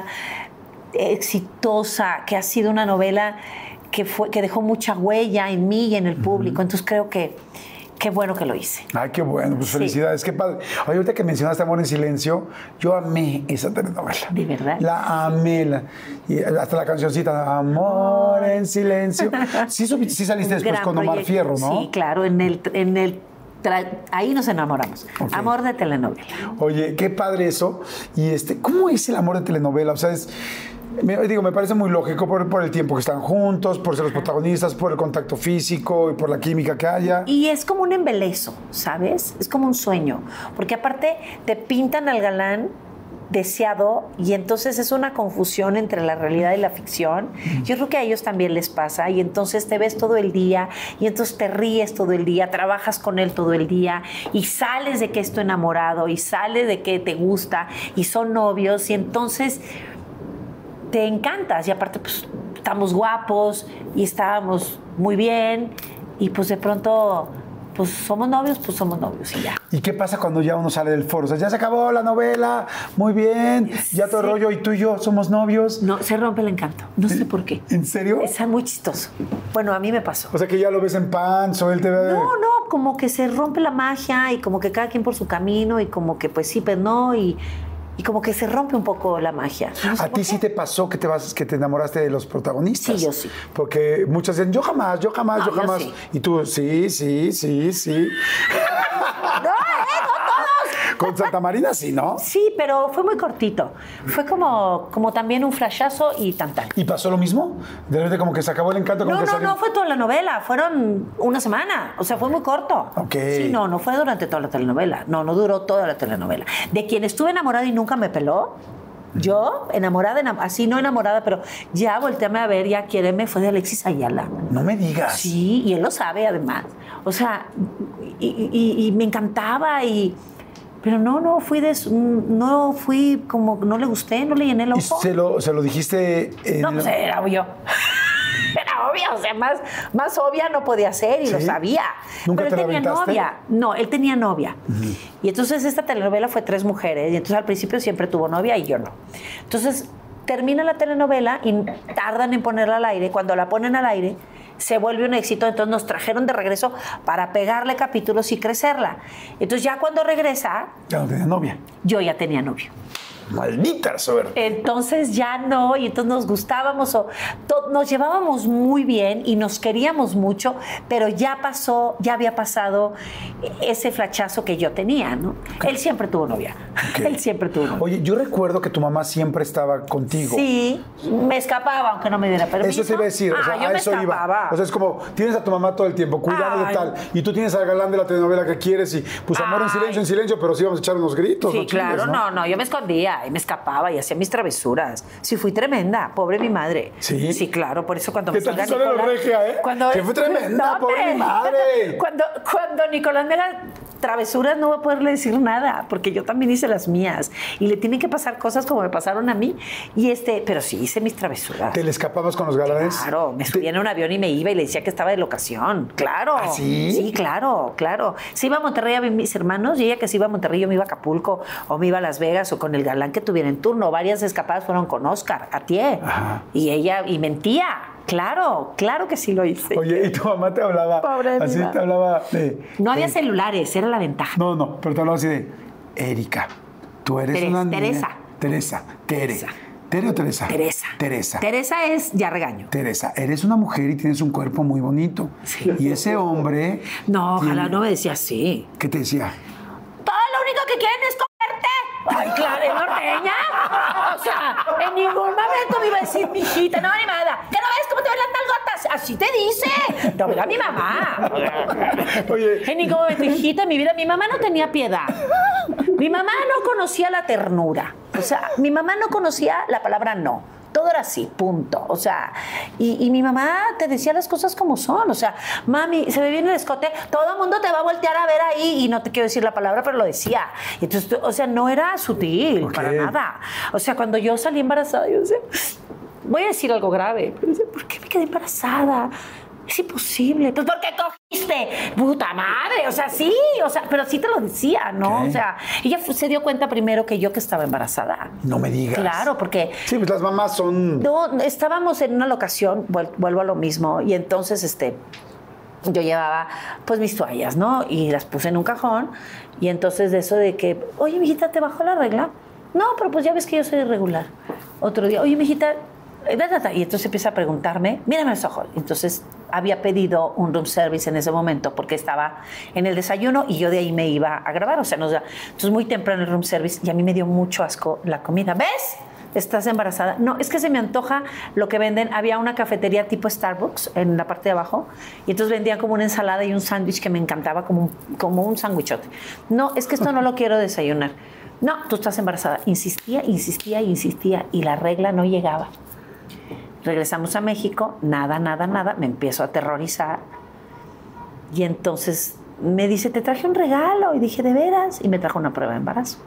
exitosa, que ha sido una novela que, fue, que dejó mucha huella en mí y en el público. Entonces creo que qué bueno que lo hice. Ay, qué bueno, pues Sí. felicidades, qué padre. Oye, ahorita que mencionaste Amor en Silencio, yo amé esa telenovela. ¿De verdad? La amé, la- y hasta la cancioncita, Amor en Silencio. Sí, subi- sí saliste Un después gran con Omar proyecto. Fierro, ¿no? Sí, claro, en el, en el tra- ahí nos enamoramos. Ok. Amor de telenovela. Oye, qué padre eso. Y este, ¿cómo es el amor de telenovela? O sea, es, me, digo, me parece muy lógico por, por el tiempo que están juntos, por ser los protagonistas, por el contacto físico y por la química que haya. Y es como un embelezo, ¿sabes? Es como un sueño. Porque aparte te pintan al galán deseado y entonces es una confusión entre la realidad y la ficción. Yo creo que a ellos también les pasa y entonces te ves todo el día y entonces te ríes todo el día, trabajas con él todo el día y sales de que estoy enamorado y sales de que te gusta y son novios y entonces te encantas y aparte pues estamos guapos y estábamos muy bien y pues de pronto pues somos novios, pues somos novios y ya. ¿Y qué pasa cuando ya uno sale del foro? O sea, ya se acabó la novela, muy bien, ya todo el Sí. rollo y tú y yo somos novios. No, se rompe el encanto, no sé por qué. ¿En serio? Es muy chistoso. Bueno, a mí me pasó. O sea, que ya lo ves en pants o él te ve... No, no, como que se rompe la magia y como que cada quien por su camino y como que pues sí, pues no y, y como que se rompe un poco la magia. No sé ¿A por ti qué. sí te pasó que te vas, que te enamoraste de los protagonistas? Sí, yo sí. Porque muchas dicen, yo jamás, yo jamás, No, yo yo jamás. sí. Y tú, sí, sí, sí, sí. No, eh, no todos. Con Santa Marina sí, ¿no? Sí, pero fue muy cortito. Fue como, como también un flashazo y tan tan. ¿Y pasó lo mismo? De repente como que se acabó el encanto. Como No, que no, salió- no fue toda la novela, fueron una semana, o sea, fue muy corto. Ok. Sí, no, no fue durante toda la telenovela, no, no duró toda la telenovela. De quien estuve enamorada y nunca me peló, yo, enamorada, enam- así no enamorada, pero ya volteame a ver, ya quiéreme, fue de Alexis Ayala. No me digas. Sí, y él lo sabe además. O sea, y, y- y me encantaba y... Pero no, no fui de su- no fui como, no le gusté, no le llené el ¿Y ojo. se lo, se lo dijiste? En No, pues era obvio. Era obvio, o sea, más, más obvia no podía ser y ¿Sí? lo sabía. ¿Nunca Pero te él la tenía aventaste? novia. No, él tenía novia. Y entonces esta telenovela fue Tres Mujeres. Y entonces al principio siempre tuvo novia y yo no. Entonces termina la telenovela y tardan en ponerla al aire. Cuando la ponen al aire, se vuelve un éxito. Entonces nos trajeron de regreso para pegarle capítulos y crecerla. Entonces ya cuando regresa, Ya no tenía novia. yo ya tenía novio. Maldita suerte. Entonces ya no, y entonces nos gustábamos, o to, nos llevábamos muy bien y nos queríamos mucho, pero ya pasó, ya había pasado ese flachazo que yo tenía, ¿no? Okay. Él siempre tuvo novia. Okay. Él siempre tuvo novia. Oye, yo recuerdo que tu mamá siempre estaba contigo. Sí, me escapaba, aunque no me diera permiso. Eso te iba a decir, ah, o sea, yo a me eso escapaba. iba. O sea, es como, tienes a tu mamá todo el tiempo, cuidando Ay. de tal, y tú tienes al galán de la telenovela que quieres, y pues amor Ay. en silencio, en silencio, pero sí vamos a echar unos gritos. Sí, ¿no? claro, Chingues, ¿no? no, no, yo me escondía y me escapaba y hacía mis travesuras. Sí, fui tremenda, pobre mi madre. Sí. Sí, claro, por eso cuando me salga Nicolás... regia, ¿eh? Cuando, que fue tremenda, no, pobre mi madre. Cuando, cuando Nicolás me haga travesuras no voy a poderle decir nada, porque yo también hice las mías. Y le tienen que pasar cosas como me pasaron a mí. Y este, pero sí hice mis travesuras. ¿Te le escapabas con los galanes? Claro, me subía en un avión y me iba y le decía que estaba de locación. Claro. ¿Ah, sí? Sí, claro, claro. Se iba a Monterrey a ver mis hermanos, y ella que se iba a Monterrey, yo me iba a Acapulco, o me iba a Las Vegas, o con el galán que tuviera en turno. Varias escapadas fueron con Oscar, Atié. Ajá. Y ella, y mentía. Claro, claro que sí lo hice. Oye, ¿y tu mamá te hablaba? Pobre así vida. te hablaba de... No había de, celulares, era la ventaja. No, no, pero te hablaba así de... Erika, tú eres Teresa, una niña... Teresa. Teresa. Tere. Teresa. ¿Tere o Teresa? Teresa. Teresa. Teresa es ya regaño. Teresa, eres una mujer y tienes un cuerpo muy bonito. Sí. Y ese hombre... No, ojalá tiene... no me decía así. ¿Qué te decía? Todo lo único que quieren es comerte. Ay, claro, es norteña. O sea, en ningún momento me iba a decir, mijita, no, animada, ¿qué no ves cómo te ven las nalgotas? Así te dice. No, era mi mamá. Oye. En ningún momento, hijita, en mi vida, mi mamá no tenía piedad. Mi mamá no conocía la ternura. O sea, mi mamá no conocía la palabra no. Todo era así, punto. O sea, y, y mi mamá te decía las cosas como son. O sea, mami, se me viene el escote, todo el mundo te va a voltear a ver ahí. Y no te quiero decir la palabra, pero lo decía. Y entonces, o sea, no era sutil, okay. para nada. O sea, cuando yo salí embarazada, yo decía, voy a decir algo grave. Pero decía, ¿por qué me quedé embarazada? Es imposible. Pues, ¿por qué cogiste? Puta madre. O sea, sí. O sea, pero sí te lo decía, ¿no? ¿Qué? O sea, ella se dio cuenta primero que yo que estaba embarazada. No me digas. Claro, porque... Sí, pues las mamás son... No, estábamos en una locación, vuelvo a lo mismo, y entonces, este... yo llevaba, pues, mis toallas, ¿no? Y las puse en un cajón, y entonces de eso de que, oye, mijita, ¿te bajó la regla? No, pero pues ya ves que yo soy irregular. Otro día, oye, mijita... Y entonces empieza a preguntarme, mírame los ojos. Entonces había pedido un room service en ese momento porque estaba en el desayuno y yo de ahí me iba a grabar. O sea, nos, entonces muy temprano el room service y a mí me dio mucho asco la comida. ¿Ves? ¿Estás embarazada? No, es que se me antoja lo que venden. Había una cafetería tipo Starbucks en la parte de abajo y entonces vendían como una ensalada y un sándwich que me encantaba, como un, como un sándwichote. No, es que esto no lo quiero desayunar. No, tú estás embarazada. Insistía, insistía, insistía y la regla no llegaba. Regresamos a México, nada, nada, nada, me empiezo a aterrorizar. Y entonces me dice, te traje un regalo. Y dije, ¿de veras? Y me trajo una prueba de embarazo.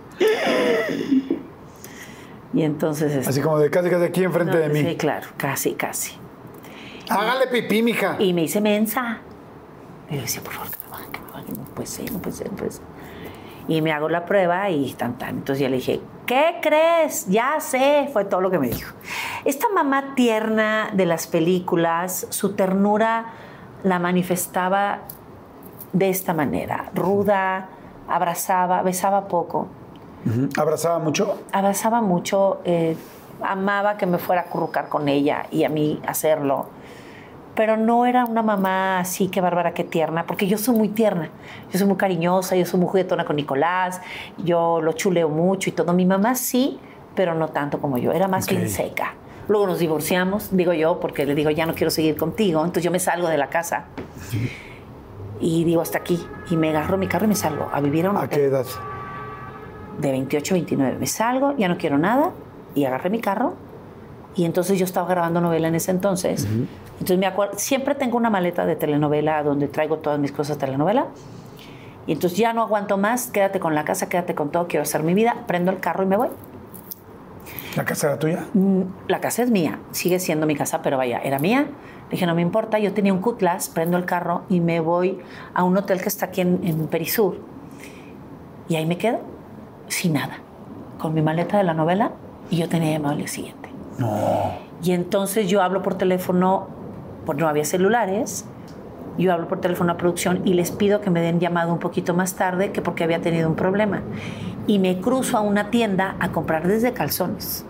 Y entonces... Así como de casi, casi aquí enfrente no, de mí. Sí, claro, casi, casi. Hágale pipí, mija. Y me hice mensa. Y le decía, por favor, que me bajen, que me bajen. No puede ser, no puede ser, no puede ser. Y me hago la prueba y tan, tan. Entonces ya le dije, ¿qué crees? Ya sé. Fue todo lo que me dijo. Esta mamá tierna de las películas, su ternura la manifestaba de esta manera. Ruda, abrazaba, besaba poco. Uh-huh. ¿Abrazaba mucho? Abrazaba mucho. Eh, amaba que me fuera a acurrucar con ella y a mí hacerlo. Pero no era una mamá así, qué bárbara, qué tierna, porque yo soy muy tierna, yo soy muy cariñosa, yo soy muy juguetona con Nicolás, yo lo chuleo mucho y todo. Mi mamá sí, pero no tanto como yo, era más okay. bien seca. Luego nos divorciamos, digo yo, porque le digo, ya no quiero seguir contigo, entonces yo me salgo de la casa y digo, hasta aquí, y me agarro mi carro y me salgo a vivir a un hotel. ¿A qué edad? De veintiocho, veintinueve, me salgo, ya no quiero nada, y agarré mi carro. Y entonces yo estaba grabando novela en ese entonces. Uh-huh. Entonces me acuerdo, siempre tengo una maleta de telenovela donde traigo todas mis cosas de telenovela. Y entonces ya no aguanto más, quédate con la casa, quédate con todo, quiero hacer mi vida. Prendo el carro y me voy. ¿La casa era tuya? La casa es mía, sigue siendo mi casa, pero vaya, era mía. Dije, no me importa, yo tenía un Cutlass, prendo el carro y me voy a un hotel que está aquí en, en Perisur. Y ahí me quedo, sin nada, con mi maleta de la novela y yo tenía llamado al día siguiente. No. Y entonces yo hablo por teléfono, porque no había celulares, yo hablo por teléfono a producción y les pido que me den llamado un poquito más tarde, que porque había tenido un problema. y me cruzo a una tienda a comprar desde calzones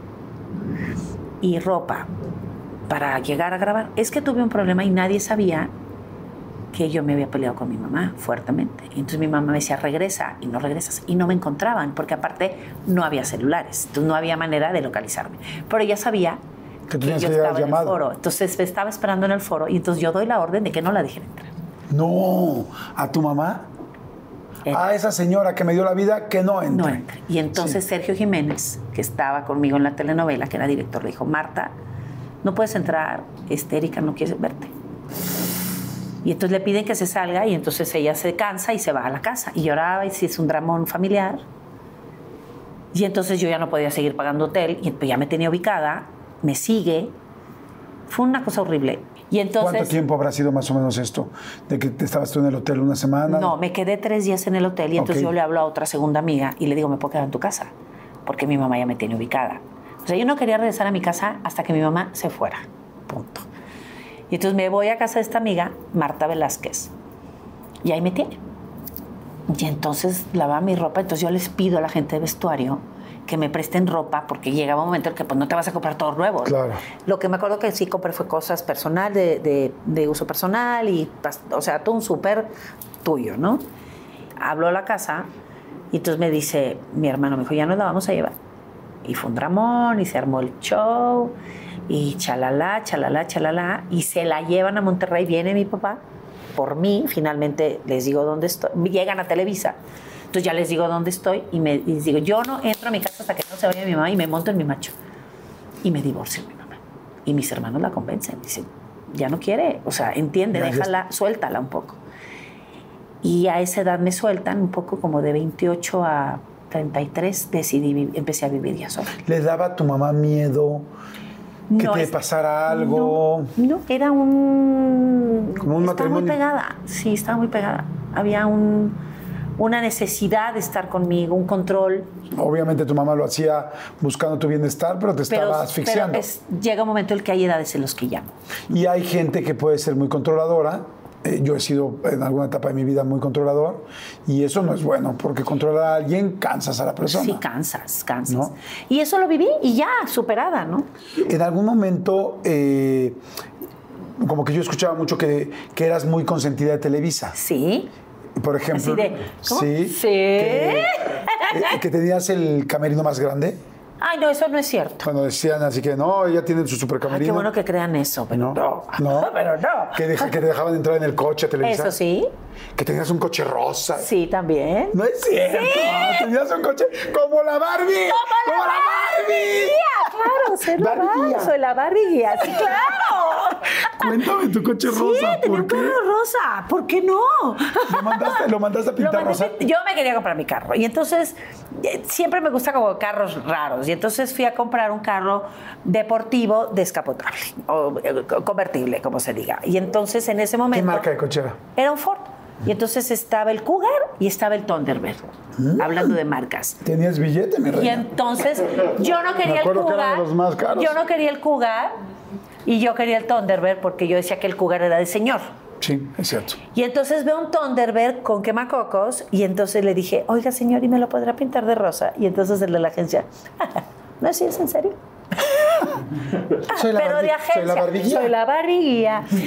y ropa para llegar a grabar. Es que tuve un problema y nadie sabía que yo me había peleado con mi mamá fuertemente. Y entonces mi mamá me decía, regresa, y no regresas. Y no me encontraban, porque aparte no había celulares, entonces no había manera de localizarme. Pero ella sabía que, que yo que estaba en llamado. el foro. Entonces me estaba esperando en el foro y entonces yo doy la orden de que no la dejen entrar. No, ¿a tu mamá? Era, a esa señora que me dio la vida, que no entre. No entre. Y entonces Sí. Sergio Jiménez, que estaba conmigo en la telenovela, que era director, le dijo, Marta, no puedes entrar, este, Erika no quiere verte. Y entonces le piden que se salga y entonces ella se cansa y se va a la casa. Y lloraba y si es un dramón familiar. Y entonces yo ya no podía seguir pagando hotel y pues ya me tenía ubicada, me sigue. Fue una cosa horrible. Y entonces, ¿cuánto tiempo habrá sido más o menos esto? ¿De que te estabas tú en el hotel una semana? No, me quedé tres días en el hotel y entonces Ok. yo le hablo a otra segunda amiga y le digo, ¿me puedo quedar en tu casa? Porque mi mamá ya me tiene ubicada. O sea, yo no quería regresar a mi casa hasta que mi mamá se fuera. Punto. Y entonces me voy a casa de esta amiga, Marta Velázquez, y ahí me tiene. Y entonces lava mi ropa, entonces yo les pido a la gente de vestuario que me presten ropa, porque llegaba un momento en que pues, no te vas a comprar todo nuevo. ¿no? Claro. Lo que me acuerdo que sí compré fue cosas personal, de, de, de uso personal, y, o sea, todo un súper tuyo, ¿no? Hablo a la casa y entonces me dice, mi hermano me dijo, ya nos la vamos a llevar. Y fue un dramón y se armó el show y chalala, chalala, chalala, y se la llevan a Monterrey, viene mi papá por mí, finalmente les digo dónde estoy, llegan a Televisa, entonces ya les digo dónde estoy y, me, y les digo, yo no entro a mi casa hasta que no se vaya mi mamá y me monto en mi macho y me divorcio mi mamá. Y mis hermanos la convencen, dicen, ya no quiere, o sea, entiende, Ya, ya déjala, suéltala un poco. Y a esa edad me sueltan un poco como de veintiocho a treinta y tres, decidí, empecé a vivir ya sola. ¿Le daba a tu mamá miedo que No, te es- pasara algo? No, no, era un... Como un estaba muy matrimonio. pegada, sí, estaba muy pegada. Había un, una necesidad de estar conmigo, un control. Obviamente tu mamá lo hacía buscando tu bienestar, pero te Pero, estaba asfixiando. pero es- llega un momento en el que hay edades en los que llamo. Y hay gente que puede ser muy controladora. Eh, yo he sido en alguna etapa de mi vida muy controlador y eso no es bueno, porque controlar a alguien cansas a la persona. Sí, cansas, cansas. ¿No? Y eso lo viví y ya, superada, ¿no? En algún momento, eh, como que yo escuchaba mucho que, que eras muy consentida de Televisa. Sí. Por ejemplo, Así de, ¿cómo? sí, Sí. Que, eh, que tenías el camerino más grande. Ay, no, eso no es cierto. Cuando decían así que no, ella tiene su Ay, supercamerino. qué bueno que crean eso, pero no. No. Pero no. Que, deja- que te dejaban entrar en el coche a televisar. Eso sí. Que tenías un coche rosa. Sí, también. No es cierto. Tenías un coche como la Barbie. Como la Barbie. Guía, claro, soy la Barbie Barbie, guía. soy la Barbie guía, sí, claro. Cuéntame tu coche Sí, rosa. tenía ¿Por un qué? carro rosa, ¿por qué no? ¿Lo mandaste, lo mandaste a Lo pintar mandé rosa? pin- Yo me quería comprar mi carro y entonces eh, siempre me gusta como carros raros y entonces fui a comprar un carro deportivo descapotable o eh, convertible, como se diga. Y entonces en ese momento... ¿Qué marca de coche era? Era un Ford. Y entonces estaba el Cougar y estaba el Thunderbird, hablando de marcas. Tenías billete, mi Y reina. entonces yo no quería el acuerdo que eran Cougar. los más caros. Yo no quería el Cougar y yo quería el Thunderbird porque yo decía que el Cougar era de señor. Sí, es cierto. Y entonces veo un Thunderbird con quemacocos y entonces le dije, oiga señor, ¿y me lo podrá pintar de rosa? Y entonces el de la agencia, ¿no es en serio? Soy la Pero Barbie- de agencia. Soy la Barbie guía. Soy la Barbie guía. Y,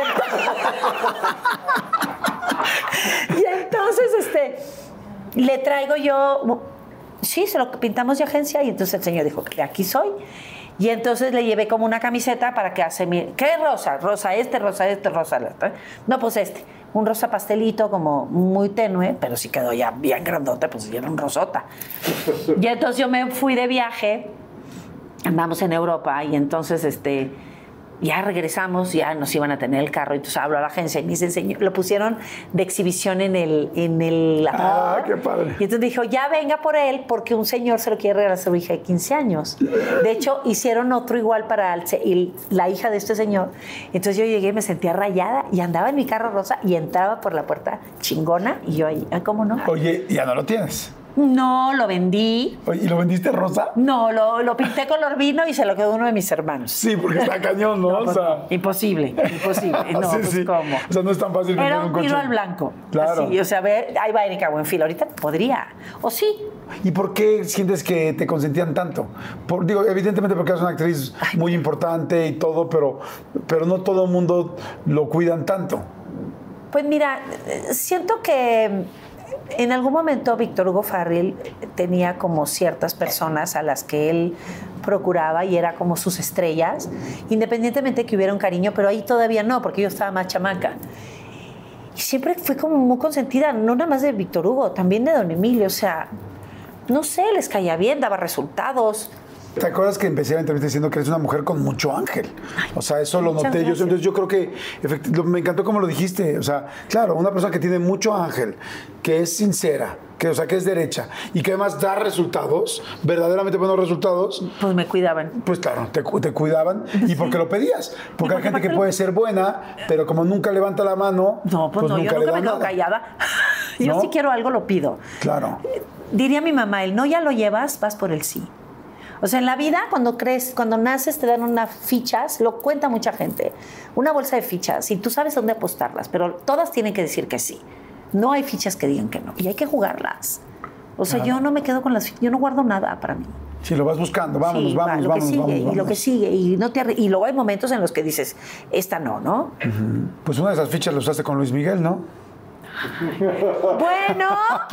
ent- y entonces, este, le traigo yo, sí, se lo pintamos de agencia y entonces el señor dijo que de aquí soy. Y entonces le llevé como una camiseta para que hace mi... ¿Qué rosa? Rosa este, rosa este, rosa este. No, pues este. Un rosa pastelito como muy tenue, pero sí quedó ya bien grandote, pues ya era un rosota. Y entonces yo me fui de viaje, andamos en Europa y entonces este ya regresamos, ya nos iban a tener el carro y entonces hablo a la agencia y me dicen, señor, lo pusieron de exhibición en el en el Ah, aparador. qué padre. Y entonces dijo, ya venga por él porque un señor se lo quiere regalar a su hija de quince años. De hecho, hicieron otro igual para el, el- la hija de este señor. Entonces yo llegué, me sentía rayada y andaba en mi carro rosa y entraba por la puerta chingona y yo ahí, ah, ¿cómo no? Oye, ya no lo tienes. No, lo vendí. Oye, ¿y lo vendiste rosa? No, lo, lo pinté color vino y se lo quedó uno de mis hermanos. Sí, porque está cañón, ¿no? No, o pues, sea, imposible, imposible. No, sí, pues sí. ¿cómo? O sea, no es tan fácil vender Era un un coche. tiro al blanco. Claro. Así, o sea, ve, ahí va Erika Buenfil. Ahorita podría. O sí, ¿Y por qué sientes que te consentían tanto? Por, digo, evidentemente porque eres una actriz muy importante y todo, pero, pero no todo el mundo lo cuidan tanto. Pues mira, siento que en algún momento Víctor Hugo Farril tenía como ciertas personas a las que él procuraba y era como sus estrellas, independientemente de que hubiera un cariño, pero ahí todavía no, porque yo estaba más chamaca. Y siempre fui como muy consentida, no nada más de Víctor Hugo, también de Don Emilio, o sea, no sé, les caía bien, daba resultados. ¿Te acuerdas que empecé la entrevista diciendo que eres una mujer con mucho ángel? O sea, eso lo noté yo. Entonces yo creo que me encantó como lo dijiste. O sea, claro, una persona que tiene mucho ángel, que es sincera, que, o sea, que es derecha y que además da resultados, verdaderamente buenos resultados. Pues me cuidaban. Pues claro, te, te cuidaban y porque lo pedías. Porque hay gente que puede ser buena, pero como nunca levanta la mano, no, pues, pues no, nunca yo nunca me quedo callada. Yo ¿no? Si quiero algo lo pido. Claro. Diría mi mamá, el no ya lo llevas, vas por el sí. O sea, en la vida, cuando crees, cuando naces, te dan unas fichas, lo cuenta mucha gente, una bolsa de fichas, y tú sabes dónde apostarlas, pero todas tienen que decir que sí. No hay fichas que digan que no, y hay que jugarlas. O sea, claro. Yo no me quedo con las fichas, yo no guardo nada para mí. Sí, lo vas buscando, vámonos, sí, vamos, va, lo vamos, que sigue, vamos, y vamos. lo que sigue, y, no te, y luego hay momentos en los que dices, esta no, ¿no? Uh-huh. Pues una de esas fichas la usaste con Luis Miguel, ¿no? Bueno.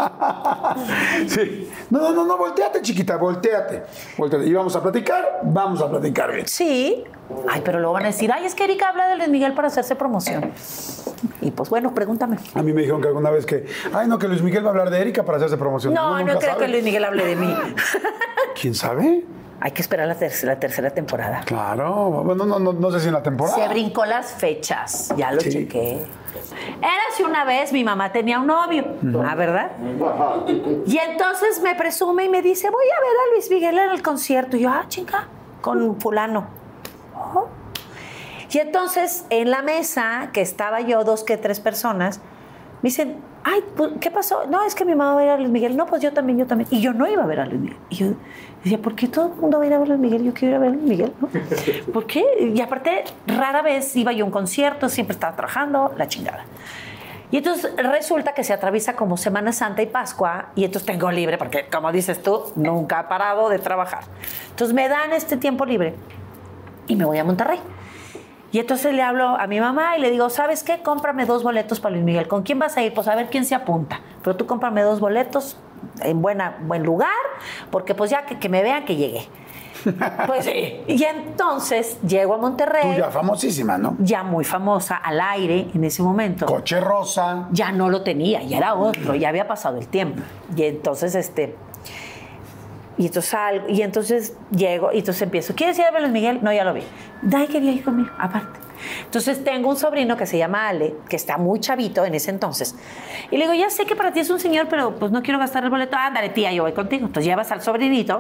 Sí. No, no, no, no, volteate, chiquita, volteate. Volteate. Y vamos a platicar, vamos a platicar bien. Sí. Ay, pero luego van a decir, ay, es que Erika habla de Luis Miguel para hacerse promoción. Y pues bueno, pregúntame. A mí me dijeron que alguna vez que, ay, no, que Luis Miguel va a hablar de Erika para hacerse promoción. No, no, no creo sabe. que Luis Miguel hable de mí. ¿Quién sabe? Hay que esperar la tercera, la tercera temporada. Claro. Bueno, no, no, no sé si en la temporada. Se brincó las fechas. Ya lo sí. chequé. Érase una vez, mi mamá tenía un novio, uh-huh. ¿ah, verdad? Y entonces me presume y me dice, voy a ver a Luis Miguel en el concierto. Y yo, ah, chinga, con fulano. Oh. Y entonces, en la mesa, que estaba yo, dos que tres personas, me dicen, ay, ¿qué pasó? No, es que mi mamá va a ir a Luis Miguel. No, pues yo también, yo también. Y yo no iba a ver a Luis Miguel. Y yo decía, ¿por qué todo el mundo va a ir a ver a Luis Miguel? Yo quiero ir a ver a Luis Miguel, ¿no? ¿Por qué? Y aparte, rara vez iba yo a un concierto, siempre estaba trabajando, la chingada. Y entonces resulta que se atraviesa como Semana Santa y Pascua, y entonces tengo libre, porque como dices tú, nunca he parado de trabajar. Entonces me dan este tiempo libre y me voy a Monterrey. Y entonces le hablo a mi mamá y le digo, ¿sabes qué? Cómprame dos boletos para Luis Miguel. ¿Con quién vas a ir? Pues a ver quién se apunta. Pero tú cómprame dos boletos en buena, buen lugar, porque pues ya que, que me vean que llegué. Pues sí. Y entonces llego a Monterrey. Tú ya famosísima, ¿no? Ya muy famosa, al aire en ese momento. Coche rosa. Ya no lo tenía, ya era otro, ya había pasado el tiempo. Y entonces, este... Y entonces salgo, y entonces llego, y entonces empiezo. ¿Quieres ir a ver a Luis Miguel? No, ya lo vi. Dai, quería ir conmigo, aparte. Entonces tengo un sobrino que se llama Ale, que está muy chavito en ese entonces. Y le digo, ya sé que para ti es un señor, pero pues no quiero gastar el boleto. Ándale, tía, yo voy contigo. Entonces llevas al sobrinito.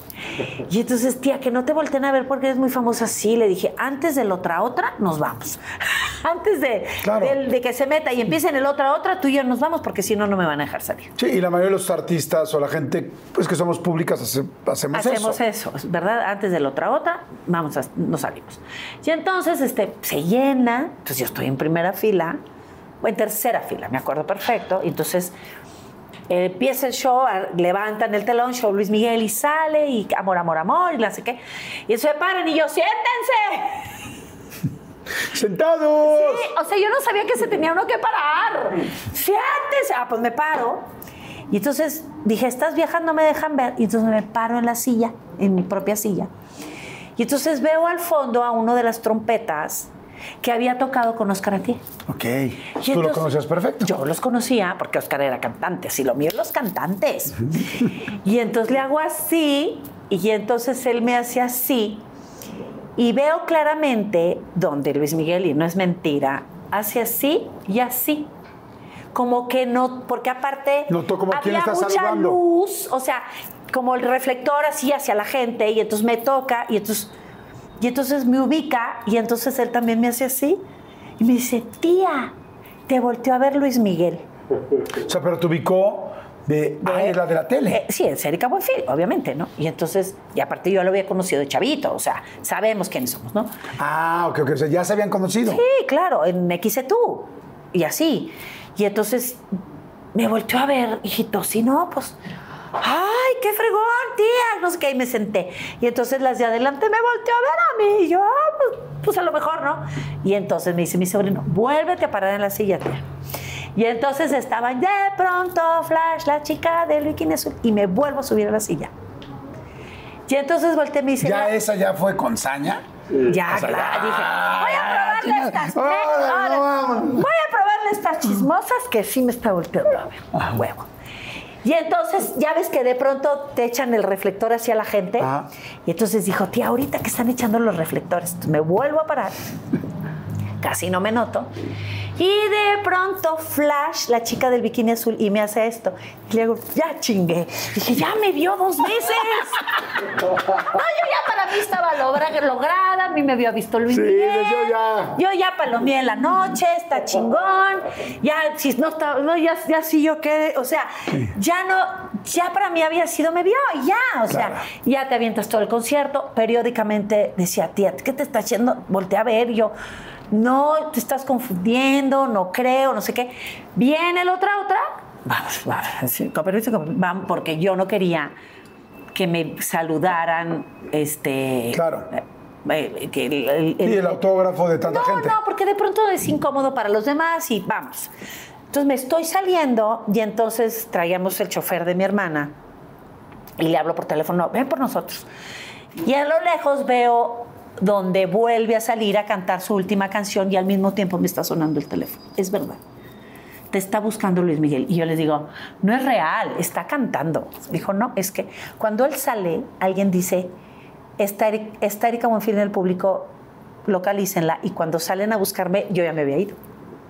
Y entonces, tía, que no te volteen a ver porque eres muy famosa. Sí, le dije, antes de la otra otra, nos vamos. Antes de, claro. de, de que se meta y empiece en el otra otra, tú y yo nos vamos porque si no, no me van a dejar salir. Sí, y la mayoría de los artistas o la gente, pues que somos públicas, hace, hacemos, hacemos eso. Hacemos eso, ¿verdad? Antes de la otra otra, vamos, a, nos salimos. Y entonces, este, se llena, entonces yo estoy en primera fila, o en tercera fila, me acuerdo perfecto, y entonces... Eh, empieza el show, levantan el telón, show Luis Miguel y sale, y amor, amor, amor, y no sé qué. Y se paran y yo, ¡siéntense! ¡Sentados! Sí, o sea, yo no sabía que se tenía uno que parar. ¡Siéntense! Ah, pues me paro. Y entonces dije, estas viejas no me dejan ver. Y entonces me paro en la silla, en mi propia silla. Y entonces veo al fondo a uno de las trompetas que había tocado con Oscar Atié. Ok. Y ¿Tú entonces, lo conocías perfecto? Yo los conocía porque Oscar era cantante, así lo mío los cantantes. Y entonces le hago así, y entonces él me hace así, y veo claramente donde Luis Miguel, y no es mentira, hace así y así. Como que no, porque aparte Notó como había está mucha saludando. luz, o sea, como el reflector así hacia la gente, y entonces me toca, y entonces... Y entonces me ubica, y entonces él también me hace así. Y me dice, tía, te volteó a ver Luis Miguel. O sea, pero te ubicó de, de, ah, la de la tele. Eh, sí, es Erika Buenfil, obviamente, ¿no? Y entonces, y aparte yo lo había conocido de chavito, o sea, sabemos quiénes somos, ¿no? Ah, ok, ok, o sea, ya se habían conocido. Sí, claro, en X E tú, y así. Y entonces me volteó a ver, hijito, si no, pues... ¡Ay, qué fregón, tía, no sé qué, y me senté. Y entonces las de adelante me volteó a ver a mí, y yo, ah, pues, pues a lo mejor, ¿no? Y entonces me dice mi sobrino, vuélvete a parar en la silla, tía. Y entonces estaban, de pronto, Flash, la chica del bikini azul, y me vuelvo a subir a la silla. Y entonces volteé y me dice... ¿Ya esa ya fue con saña? Ya, o sea, claro, ya, dije, voy a probarle estas... Ahora, ahora, no, voy a probarle estas chismosas que sí me está volteando a ver, a huevo. Y entonces, ya ves que de pronto te echan el reflector hacia la gente. Ajá. Y entonces dijo, tía, ahorita que están echando los reflectores, entonces me vuelvo a parar. Casi no me noto. Y de pronto, Flash, la chica del bikini azul, y me hace esto. Y le digo, ya chingué. Dije, ya me vio dos veces. No, yo ya para mí estaba logra, lograda, a mí me había visto Luis sí, Miguel. Yo ya. Yo ya palomeé en la noche, está chingón. Ya, si no estaba, no, ya, ya sí yo qué. O sea, sí. ya no, ya para mí había sido, me vio, y ya. O claro. sea, ya te avientas todo el concierto. Periódicamente decía, tía, ¿qué te está haciendo? Volteé a ver, y yo... No, te estás confundiendo, no creo, no sé qué. Viene la otra, otra. Vamos, vamos, sí, con permiso, vamos, porque yo no quería que me saludaran, este... Claro. Eh, que el, el, el, y el autógrafo de tanta no, gente. No, no, porque de pronto es incómodo para los demás y vamos. Entonces me estoy saliendo y entonces traíamos el chofer de mi hermana y le hablo por teléfono, ven por nosotros. Y a lo lejos veo... donde vuelve a salir a cantar su última canción y al mismo tiempo me está sonando el teléfono. Es verdad. Te está buscando Luis Miguel. Y yo les digo, no es real, está cantando. Dijo, no, es que cuando él sale, alguien dice, está, está Erika Buenfil en el público, localícenla. Y cuando salen a buscarme, yo ya me había ido.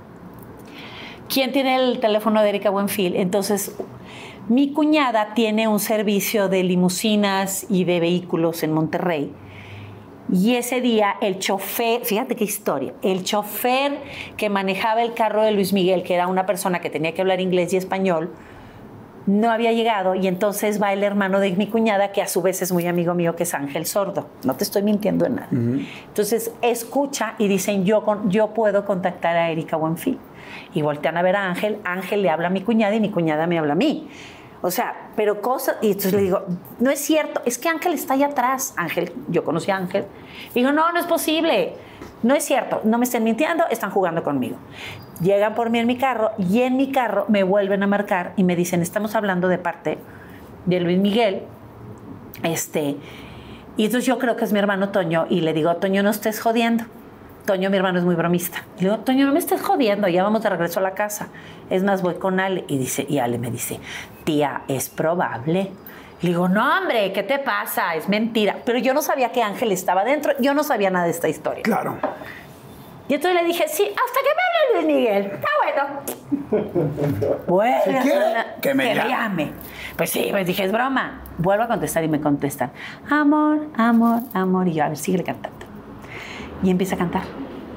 ¿Quién tiene el teléfono de Erika Buenfil? Entonces, mi cuñada tiene un servicio de limusinas y de vehículos en Monterrey. Y ese día el chofer, fíjate qué historia, el chofer que manejaba el carro de Luis Miguel, que era una persona que tenía que hablar inglés y español, no había llegado y entonces va el hermano de mi cuñada, que a su vez es muy amigo mío, que es Ángel Sordo. No te estoy mintiendo en nada. Uh-huh. Entonces escucha y dicen, yo, con, yo puedo contactar a Erika Buenfil. Y voltean a ver a Ángel, Ángel le habla a mi cuñada y mi cuñada me habla a mí. O sea, pero cosas... Y entonces le digo, no es cierto, es que Ángel está allá atrás. Ángel, yo conocí a Ángel. Digo, no, no es posible. No es cierto, no me estén mintiendo, están jugando conmigo. Llegan por mí en mi carro y en mi carro me vuelven a marcar y me dicen, estamos hablando de parte de Luis Miguel. Este, y entonces yo creo que es mi hermano Toño y le digo, Toño, no estés jodiendo. Toño, mi hermano, es muy bromista. Le digo, Toño, no me estés jodiendo, ya vamos de regreso a la casa. Es más, voy con Ale. Y, dice, y Ale me dice, tía, es probable. Le digo, no, hombre, ¿qué te pasa? Es mentira. Pero yo no sabía que Ángel estaba dentro. Yo no sabía nada de esta historia. Claro. Y entonces le dije, sí, hasta que me hable Luis Miguel. Está bueno. Bueno, si quiere, que me, que llame. me llame. Pues sí, me dije, es broma. Vuelvo a contestar y me contestan, amor, amor, amor. Y yo, a ver, síguele cantando. Y empieza a cantar.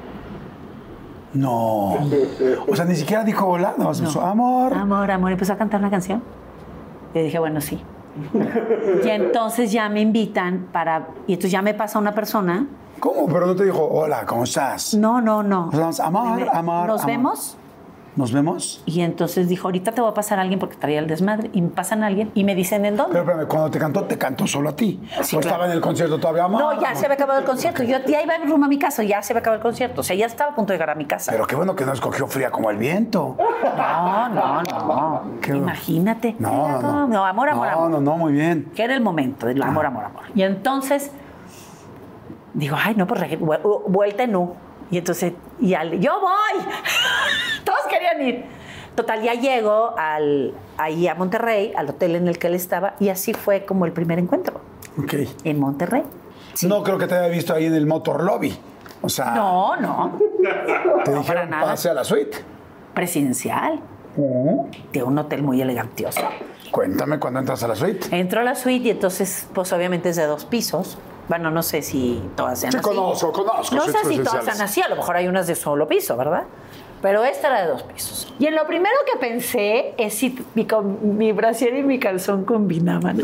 No. O sea, ni siquiera dijo hola. No, no. Amor. Amor, amor. Empezó a cantar una canción. Y dije, bueno, sí. Y entonces ya me invitan para... Y entonces ya me pasa una persona. ¿Cómo? Pero no te dijo, hola, ¿cómo estás? No, no, no. Vamos, amor, me, amor, ¿Nos amor. vemos? ¿Nos vemos? Y entonces dijo, ahorita te voy a pasar a alguien porque traía el desmadre. Y me pasan a alguien y me dicen, ¿en dónde? Pero espérame, cuando te cantó, te cantó solo a ti. Sí, ¿O claro. estaba en el concierto todavía, amor? No, ya amor. se había acabado el concierto. Yo ya iba rumbo a mi casa, ya se había acabado el concierto. O sea, ya estaba a punto de llegar a mi casa. Pero qué bueno que no escogió fría como el viento. No, no, no. Qué Imagínate. No, no, no. No, amor, amor, no, amor. No, no, muy bien. Que era el momento del amor, amor, amor. Y entonces, digo, ay, no, pues vuelta en U. Y entonces, y al, yo voy. Todos querían ir. Total, ya llego al, ahí a Monterrey, al hotel en el que él estaba, y así fue como el primer encuentro. Ok. En Monterrey. Sí. No creo que te haya visto ahí en el Motor Lobby. O sea... No, no. Te no, dijeron, pase a la suite. Presidencial. Uh-huh. De un hotel muy elegantioso. Cuéntame cuándo entras a la suite. Entro a la suite y entonces, pues obviamente es de dos pisos. Bueno, no sé si todas sean sí, así. conozco, conozco. No sé si todas sean así, a lo mejor hay unas de solo piso, ¿verdad? Pero esta era de dos pisos. Y en lo primero que pensé es si mi, mi brasier y mi calzón combinaban.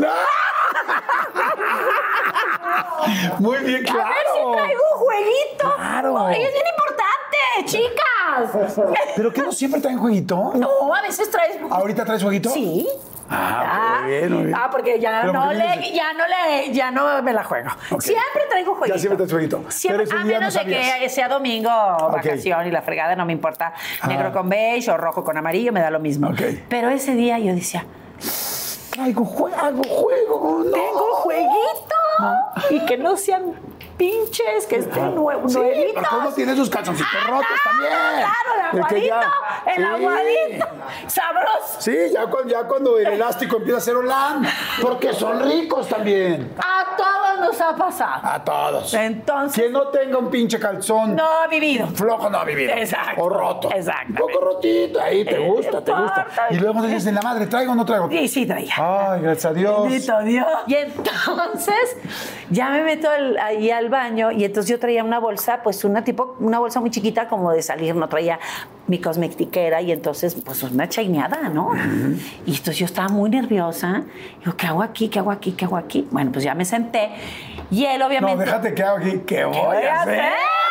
Muy bien, claro. A ver si traigo un jueguito. Claro. Ay, es bien importante, chica. más. ¿Pero qué no siempre traen jueguito? No, a veces traes... ¿Ahorita traes jueguito? Sí. Ah, muy bien, muy bien. Ah, porque ya Pero no ¿por qué le, dices? ya no le, ya no me la juego. Ok. Siempre traigo jueguito. Ya siempre traes jueguito. Siempre, Pero ese a día no menos de sabías. que sea domingo, vacación y la fregada, no me importa. Ah. Negro con beige o rojo con amarillo, me da lo mismo. Ok. Pero ese día yo decía, Traigo juego, juego, no. tengo jueguito. Y que no sean pinches, que estén nue- Sí, nuevitos. pero ¿cómo tiene sus calzoncitos Ah, rotos también? Claro, el El que aguadito, ya- el sí. aguadito. Sabroso. Sí, ya cuando, ya cuando el elástico empieza a ser holán, porque son ricos también. A todos nos ha pasado. A todos. Entonces, Quien no tenga un pinche calzón no ha vivido. flojo no ha vivido. Exacto. O roto. Exactamente. Un poco rotito, ahí te Eh, gusta, te gusta. importa. Y luego dices, en la madre, ¿traigo o no traigo? Sí, sí, traía. Ay, gracias a Dios. Bendito Dios. Y entonces ya me meto al- ahí al baño y entonces yo traía una bolsa, pues una tipo, una bolsa muy chiquita como de salir, no traía mi cosmetiquera y entonces pues una chaineada, ¿no? Uh-huh. Y entonces yo estaba muy nerviosa. Digo, ¿qué hago aquí? ¿Qué hago aquí? ¿Qué hago aquí? Bueno, pues ya me senté y él obviamente... No, déjate que hago aquí. ¿Qué voy, voy a a hacer?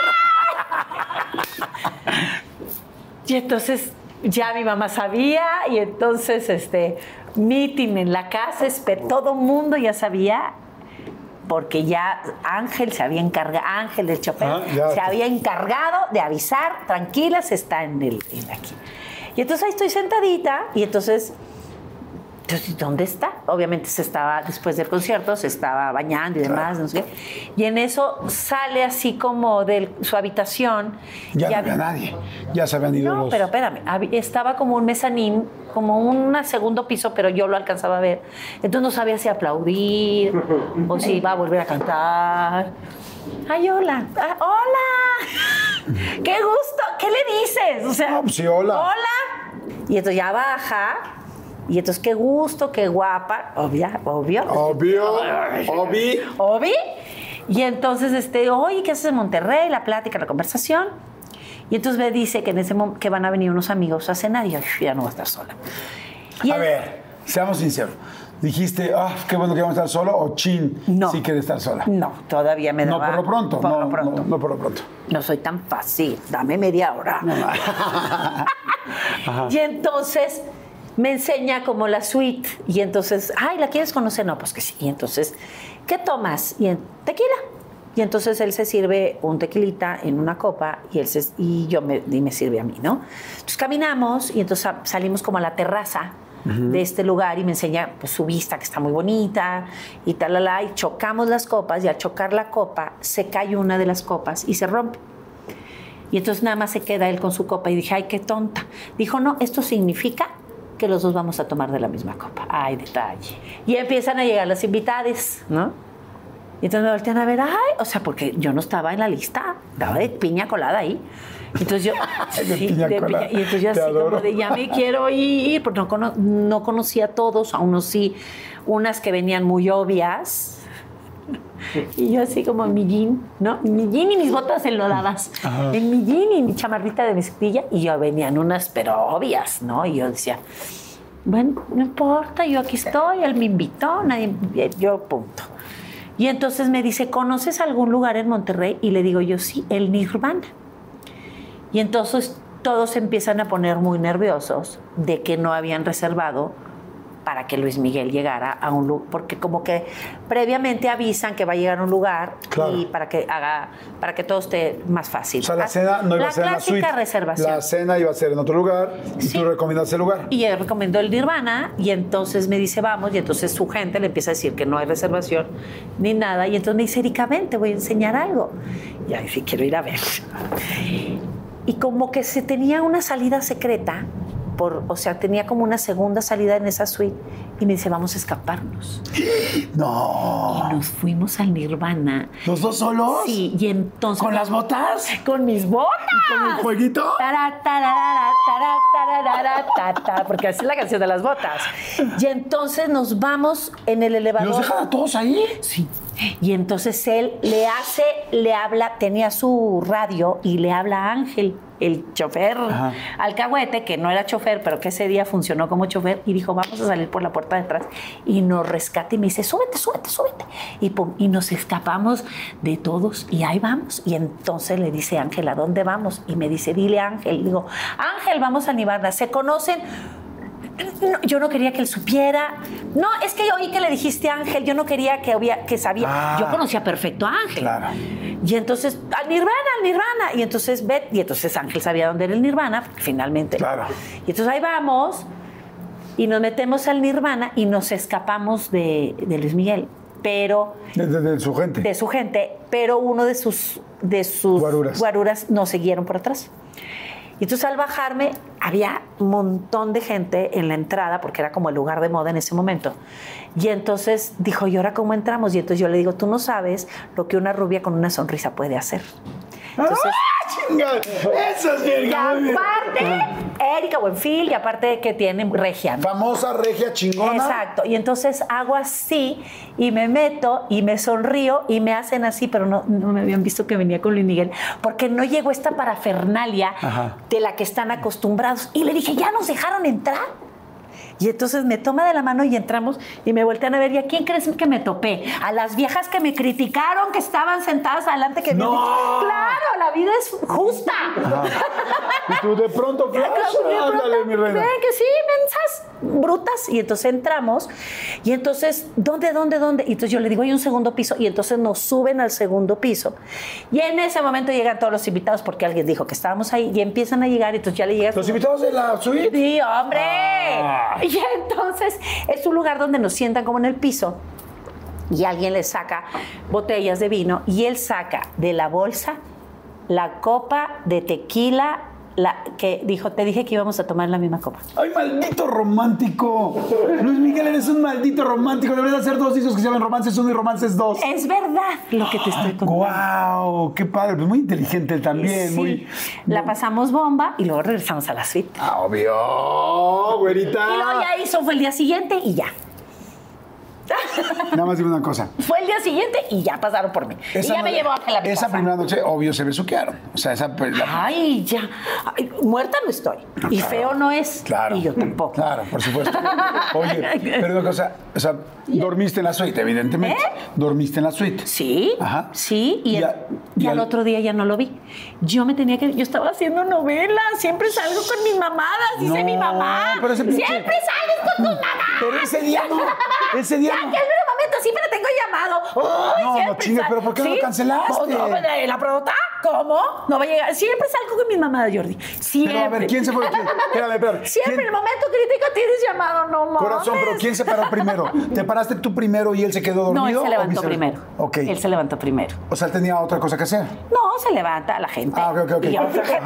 Y entonces ya mi mamá sabía y entonces este meeting en la casa, espe- todo el mundo ya sabía porque ya Ángel se había encargado, Ángel del chofer, Ah, ya. se había encargado de avisar, tranquilas, está en el en aquí. Y entonces ahí estoy sentadita y entonces entonces, ¿dónde está? Obviamente se estaba, después del concierto, se estaba bañando y demás, no sé qué. Y en eso sale así como de su habitación. Ya y no hab- había nadie. Ya se habían ido No, los... pero espérame, hab- estaba como un mezanín, como un segundo piso, pero yo lo alcanzaba a ver. Entonces no sabía si aplaudir o si iba a volver a cantar. Ay, hola. Ah, hola. Qué gusto. ¿Qué le dices? O sea, No, pues sí, hola. Hola. Y entonces ya baja. Y entonces, qué gusto, qué guapa. Obvia, obvio. Obvio, obvio. Obi. Y entonces, este, oye, ¿qué haces en Monterrey? La plática, la conversación. Y entonces me dice que en ese momento que van a venir unos amigos a cenar y yo ya no voy a estar sola. Y A él- ver, seamos sinceros. Dijiste, ah, qué bueno que vamos a estar solo, o chin, No. sí quiere estar sola. No, todavía me No daba... por lo pronto. Por no, lo pronto. No, no por lo pronto. No soy tan fácil, dame media hora. Ajá. Y entonces me enseña como la suite. Y entonces, ay, ¿la quieres conocer? No, pues que sí. Y entonces, ¿qué tomas? Y en, tequila. Y entonces él se sirve un tequilita en una copa y, él se, y yo me, y me sirve a mí, ¿no? Entonces caminamos y entonces salimos como a la terraza uh-huh. de este lugar y me enseña pues, su vista, que está muy bonita y tal, y chocamos las copas y al chocar la copa se cae una de las copas y se rompe. Y entonces nada más se queda él con su copa y dije, ay, qué tonta. Dijo, no, esto significa que los dos vamos a tomar de la misma copa. Ay, detalle. Y empiezan a llegar las invitadas, ¿no? Y entonces me voltean a ver, ay, o sea, porque yo no estaba en la lista, estaba de piña colada ahí. Entonces yo, de sí, piña de colada. piña, y entonces yo Te así adoro. como de, ya me quiero ir, porque no, cono- no conocía a todos, a unos sí, unas que venían muy obvias. Y yo así como en mi jean, ¿no? Mi jean y mis botas enlodadas. Ajá. En mi jean y mi chamarrita de mezclilla. Y yo venían unas, pero obvias, ¿no? Y yo decía, bueno, no importa, yo aquí estoy, él me invitó, nadie, yo punto. Y entonces me dice, ¿conoces algún lugar en Monterrey? Y le digo yo, sí, el Nirvana. Y entonces todos se empiezan a poner muy nerviosos de que no habían reservado para que Luis Miguel llegara a un lugar, porque como que previamente avisan que va a llegar a un lugar Claro. y para que haga, para que todo esté más fácil. O sea, la cena no iba la a ser en la suite. clásica reservación. La cena iba a ser en otro lugar y Sí. tú recomiendas ese lugar. Y él recomendó el Nirvana y entonces me dice, vamos, y entonces su gente le empieza a decir que no hay reservación ni nada. Y entonces me dice, Erika, ven, te voy a enseñar algo. Y ahí sí quiero ir a ver. Y como que se tenía una salida secreta, por, o sea, tenía como una segunda salida en esa suite. Y me dice, vamos a escaparnos. No. Y nos fuimos al Nirvana. ¿Los dos solos? Sí, y entonces... ¿Con las botas? Con mis botas. ¿Y con el jueguito? Tará, tararara, tará, tararara, ta, ta, porque así es la canción de las botas. Y entonces nos vamos en el ¿Y elevador. los dejan a todos ahí? Sí. Y entonces él le hace, le habla, tenía su radio y le habla a Ángel, el chofer Ajá. alcahuete, que no era chofer, pero que ese día funcionó como chofer, y dijo, vamos a salir por la puerta de atrás, y nos rescata y me dice, súbete, súbete, súbete. Y, pum, y nos escapamos de todos, y ahí vamos. Y entonces le dice Ángel, ¿a dónde vamos? Y me dice, dile a Ángel. Y digo, Ángel, vamos a Nirvana, ¿se conocen? No, yo no quería que él supiera. No, es que yo oí que le dijiste a Ángel, yo no quería que, había, que sabía. Ah, yo conocía perfecto a Ángel. Claro. Y entonces, al Nirvana, al Nirvana. Y entonces, ve, y entonces Ángel sabía dónde era el Nirvana, finalmente. Claro. Y entonces ahí vamos, y nos metemos al Nirvana y nos escapamos de, de Luis Miguel. Pero. De, de, de su gente. De su gente, pero uno de sus, de sus guaruras. guaruras nos siguieron por atrás. Y entonces al bajarme había un montón de gente en la entrada, porque era como el lugar de moda en ese momento. Y entonces dijo, ¿y ahora cómo entramos? Y entonces yo le digo, tú no sabes lo que una rubia con una sonrisa puede hacer. Entonces, ¡ah, chingada! Eso es bien. Y aparte, Erika Buenfil, y aparte que tiene regia, ¿no? Famosa regia chingona. Exacto. Y entonces hago así y me meto y me sonrío y me hacen así, pero no, no me habían visto que venía con Luis Miguel, porque no llegó esta parafernalia Ajá. de la que están acostumbrados. Y le dije, ¿ya nos dejaron entrar? Y entonces me toma de la mano y entramos y me voltean a ver. ¿Y a quién crees que me topé? A las viejas que me criticaron, que estaban sentadas adelante, que ¡No! me dicho, claro, la vida es justa. Ajá. Y tú de pronto, flash, ándale, mi reina. Ven que sí, mensas, brutas. Y entonces entramos. Y entonces, ¿dónde, dónde, dónde? Y entonces yo le digo, hay un segundo piso. Y entonces nos suben al segundo piso. Y en ese momento llegan todos los invitados, porque alguien dijo que estábamos ahí. Y empiezan a llegar. Y entonces ya le llegan. ¿Los invitados de la suite? Sí, hombre. Ah. Y entonces es un lugar donde nos sientan como en el piso. Y alguien le saca botellas de vino. Y él saca de la bolsa la copa de tequila, la que dijo, te dije que íbamos a tomar la misma copa. ¡Ay, maldito romántico! Luis Miguel, eres un maldito romántico. Deberías hacer dos discos que se llaman Romances uno y Romances dos. Es verdad lo que te estoy contando. ¡Guau! ¡Qué padre! Pues muy inteligente él también. Sí. Muy... La pasamos bomba y luego regresamos a la suite. Ah, obvio, güerita. Y luego ya hizo, fue el día siguiente y ya. Nada más dime una cosa. Fue el día siguiente y ya pasaron por mí. Esa y ya no- me llevó a la mi Esa casa. primera noche, obvio, se besuquearon. O sea, esa... la- Ay, ya. Ay, muerta no estoy. No, y claro. feo no es. Claro. Y yo tampoco. Claro, por supuesto. Oye, pero una cosa, o sea, dormiste en la suite, evidentemente. ¿Eh? Dormiste en la suite. Sí, Ajá. sí, y, Y el- a- y y al al- otro día ya no lo vi. Yo me tenía que... Yo estaba haciendo novelas, siempre salgo con mis mamadas, dice No, mi mamá. pero ese pinche- Siempre sales con tus mamás. Pero ese día no. Ese día Ya no. que el mero momento siempre tengo llamado. Ay, No, no, siempre chinga, sal- pero ¿por qué no lo cancelaste? No, no, ¿la prota? ¿Cómo? No va a llegar. Siempre salgo con mis mamadas, Jordi. Siempre. Pero a ver, ¿quién se fue? ¿Quién? Espérame, espérame. Siempre en ¿Quién? el momento crítico tienes llamado, no mames. Corazón, pero ¿quién se paró primero? ¿Te paraste tú primero y él se quedó dormido? No, él se o levantó viceversa? primero. Ok. Él se levantó primero. O sea, él tenía otra cosa que hacer. No, se levanta la gente. Ah, ok, ok, ok. Y yo,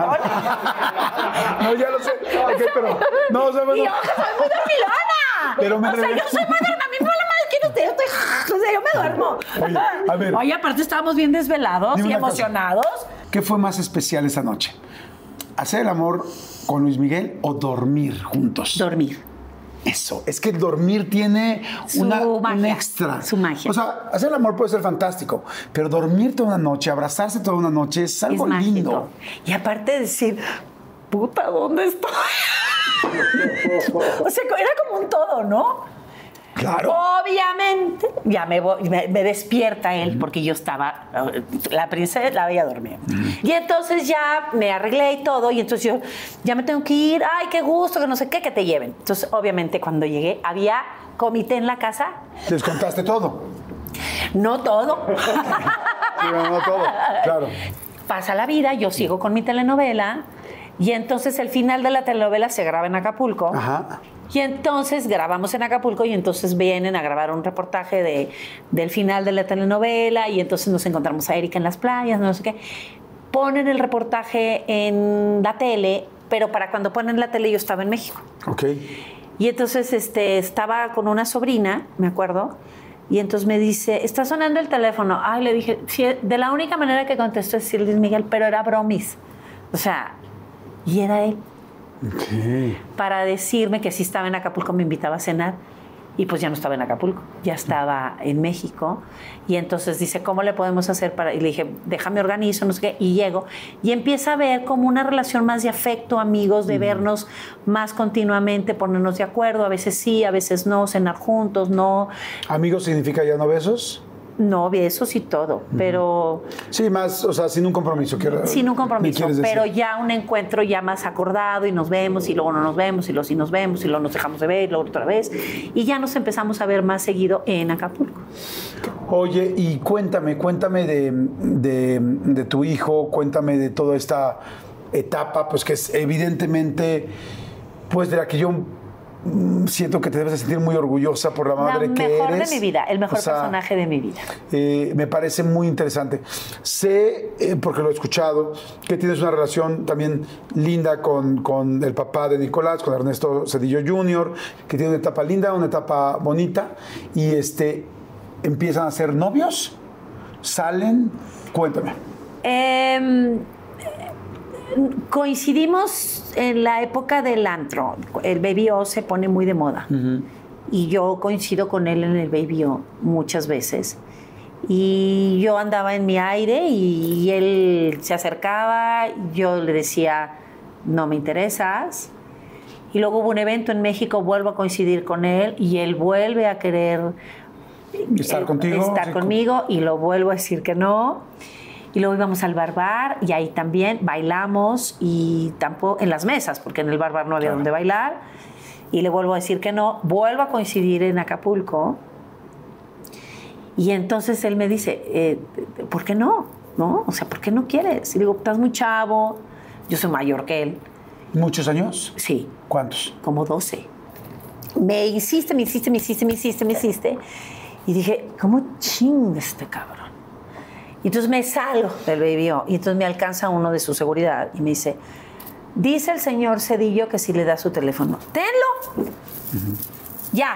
No, ya lo sé. Ok, pero... No, o sea, bueno... Y yo, que soy muy dormilona. Pero me o sea, regreso. yo soy muy dormilona. A mí me vale madre que no te, yo estoy... O sea, yo me duermo. Oye, a ver. Oye, aparte estábamos bien desvelados Dime y una cosa. emocionados. ¿Qué fue más especial esa noche? ¿Hacer el amor con Luis Miguel o dormir juntos? Dormir. Eso, es que el dormir tiene Su una, un magia, extra. su magia. O sea, hacer el amor puede ser fantástico, pero dormir toda una noche, abrazarse toda una noche es algo Es mágico. lindo. Y aparte de decir, puta, ¿dónde estoy? O sea, era como un todo, ¿no? Claro. Obviamente, ya me, voy- me, me despierta él porque yo estaba, la princesa la veía dormir. Y entonces ya me arreglé y todo, y entonces yo ya me tengo que ir, ay, qué gusto, que no sé qué, que te lleven. Entonces, obviamente, cuando llegué, había comité en la casa, Les contaste todo. no todo. Sí, bueno, no todo. Claro. Pasa la vida, yo sigo con mi telenovela, y entonces el final de la telenovela se graba en Acapulco. Ajá. Y entonces grabamos en Acapulco y entonces vienen a grabar un reportaje de, del final de la telenovela y entonces nos encontramos a Erika en las playas, no sé qué. Ponen el reportaje en la tele, pero para cuando ponen la tele yo estaba en México. Ok. Y entonces este, estaba con una sobrina, me acuerdo, y entonces me dice, está sonando el teléfono. Ay, le dije, sí, de la única manera que contestó es decir Luis Miguel, pero era bromis. O sea, y era él. Ok. Para decirme que si estaba en Acapulco me invitaba a cenar. Y pues ya no estaba en Acapulco, ya estaba en México. Y entonces dice, ¿cómo le podemos hacer para...? Y le dije, déjame organizo, no sé qué. Y llego. Y empieza a ver como una relación más de afecto, amigos, de uh-huh. vernos más continuamente, ponernos de acuerdo. A veces sí, a veces no, cenar juntos, no. ¿Amigos significa ya no besos? No, besos y todo, uh-huh. pero... Sí, más, o sea, sin un compromiso. ¿Qué, sin un compromiso, pero ya un encuentro ya más acordado y nos vemos y luego no nos vemos y luego sí nos vemos y luego nos dejamos de ver y luego otra vez. Y ya nos empezamos a ver más seguido en Acapulco. Oye, y cuéntame, cuéntame de, de, de tu hijo, cuéntame de toda esta etapa, pues que es evidentemente, pues de la que yo... siento que te debes de sentir muy orgullosa por la madre que eres. El mejor de mi vida, el mejor o sea, personaje de mi vida. Eh, me parece muy interesante. Sé, eh, porque lo he escuchado, que tienes una relación también linda con, con el papá de Nicolás, con Ernesto Zedillo junior, que tiene una etapa linda, una etapa bonita, y este, empiezan a ser novios, salen, cuéntame. Eh... Coincidimos en la época del antro. El Baby O se pone muy de moda. Uh-huh. Y yo coincido con él en el Baby O muchas veces. Y yo andaba en mi aire y él se acercaba. Yo le decía, no me interesas. Y luego hubo un evento en México, vuelvo a coincidir con él y él vuelve a querer estar contigo, estar sí, conmigo y lo vuelvo a decir que no. Y luego íbamos al Bar Bar y ahí también bailamos y tampoco en las mesas, porque en el Bar Bar no había claro. donde bailar. Y le vuelvo a decir que no. Vuelvo a coincidir en Acapulco. Y entonces él me dice, eh, ¿por qué no? ¿No? O sea, ¿por qué no quieres? Y digo, estás muy chavo. Yo soy mayor que él. ¿Muchos años? Sí. ¿Cuántos? Como doce. Me insiste, me insiste, me insiste, me insiste, me insiste. Y dije, ¿cómo chinga este cabrón? Y entonces me salgo del Baby O y entonces me alcanza uno de su seguridad y me dice, dice el señor Zedillo que si le da su teléfono, tenlo, uh-huh. ya.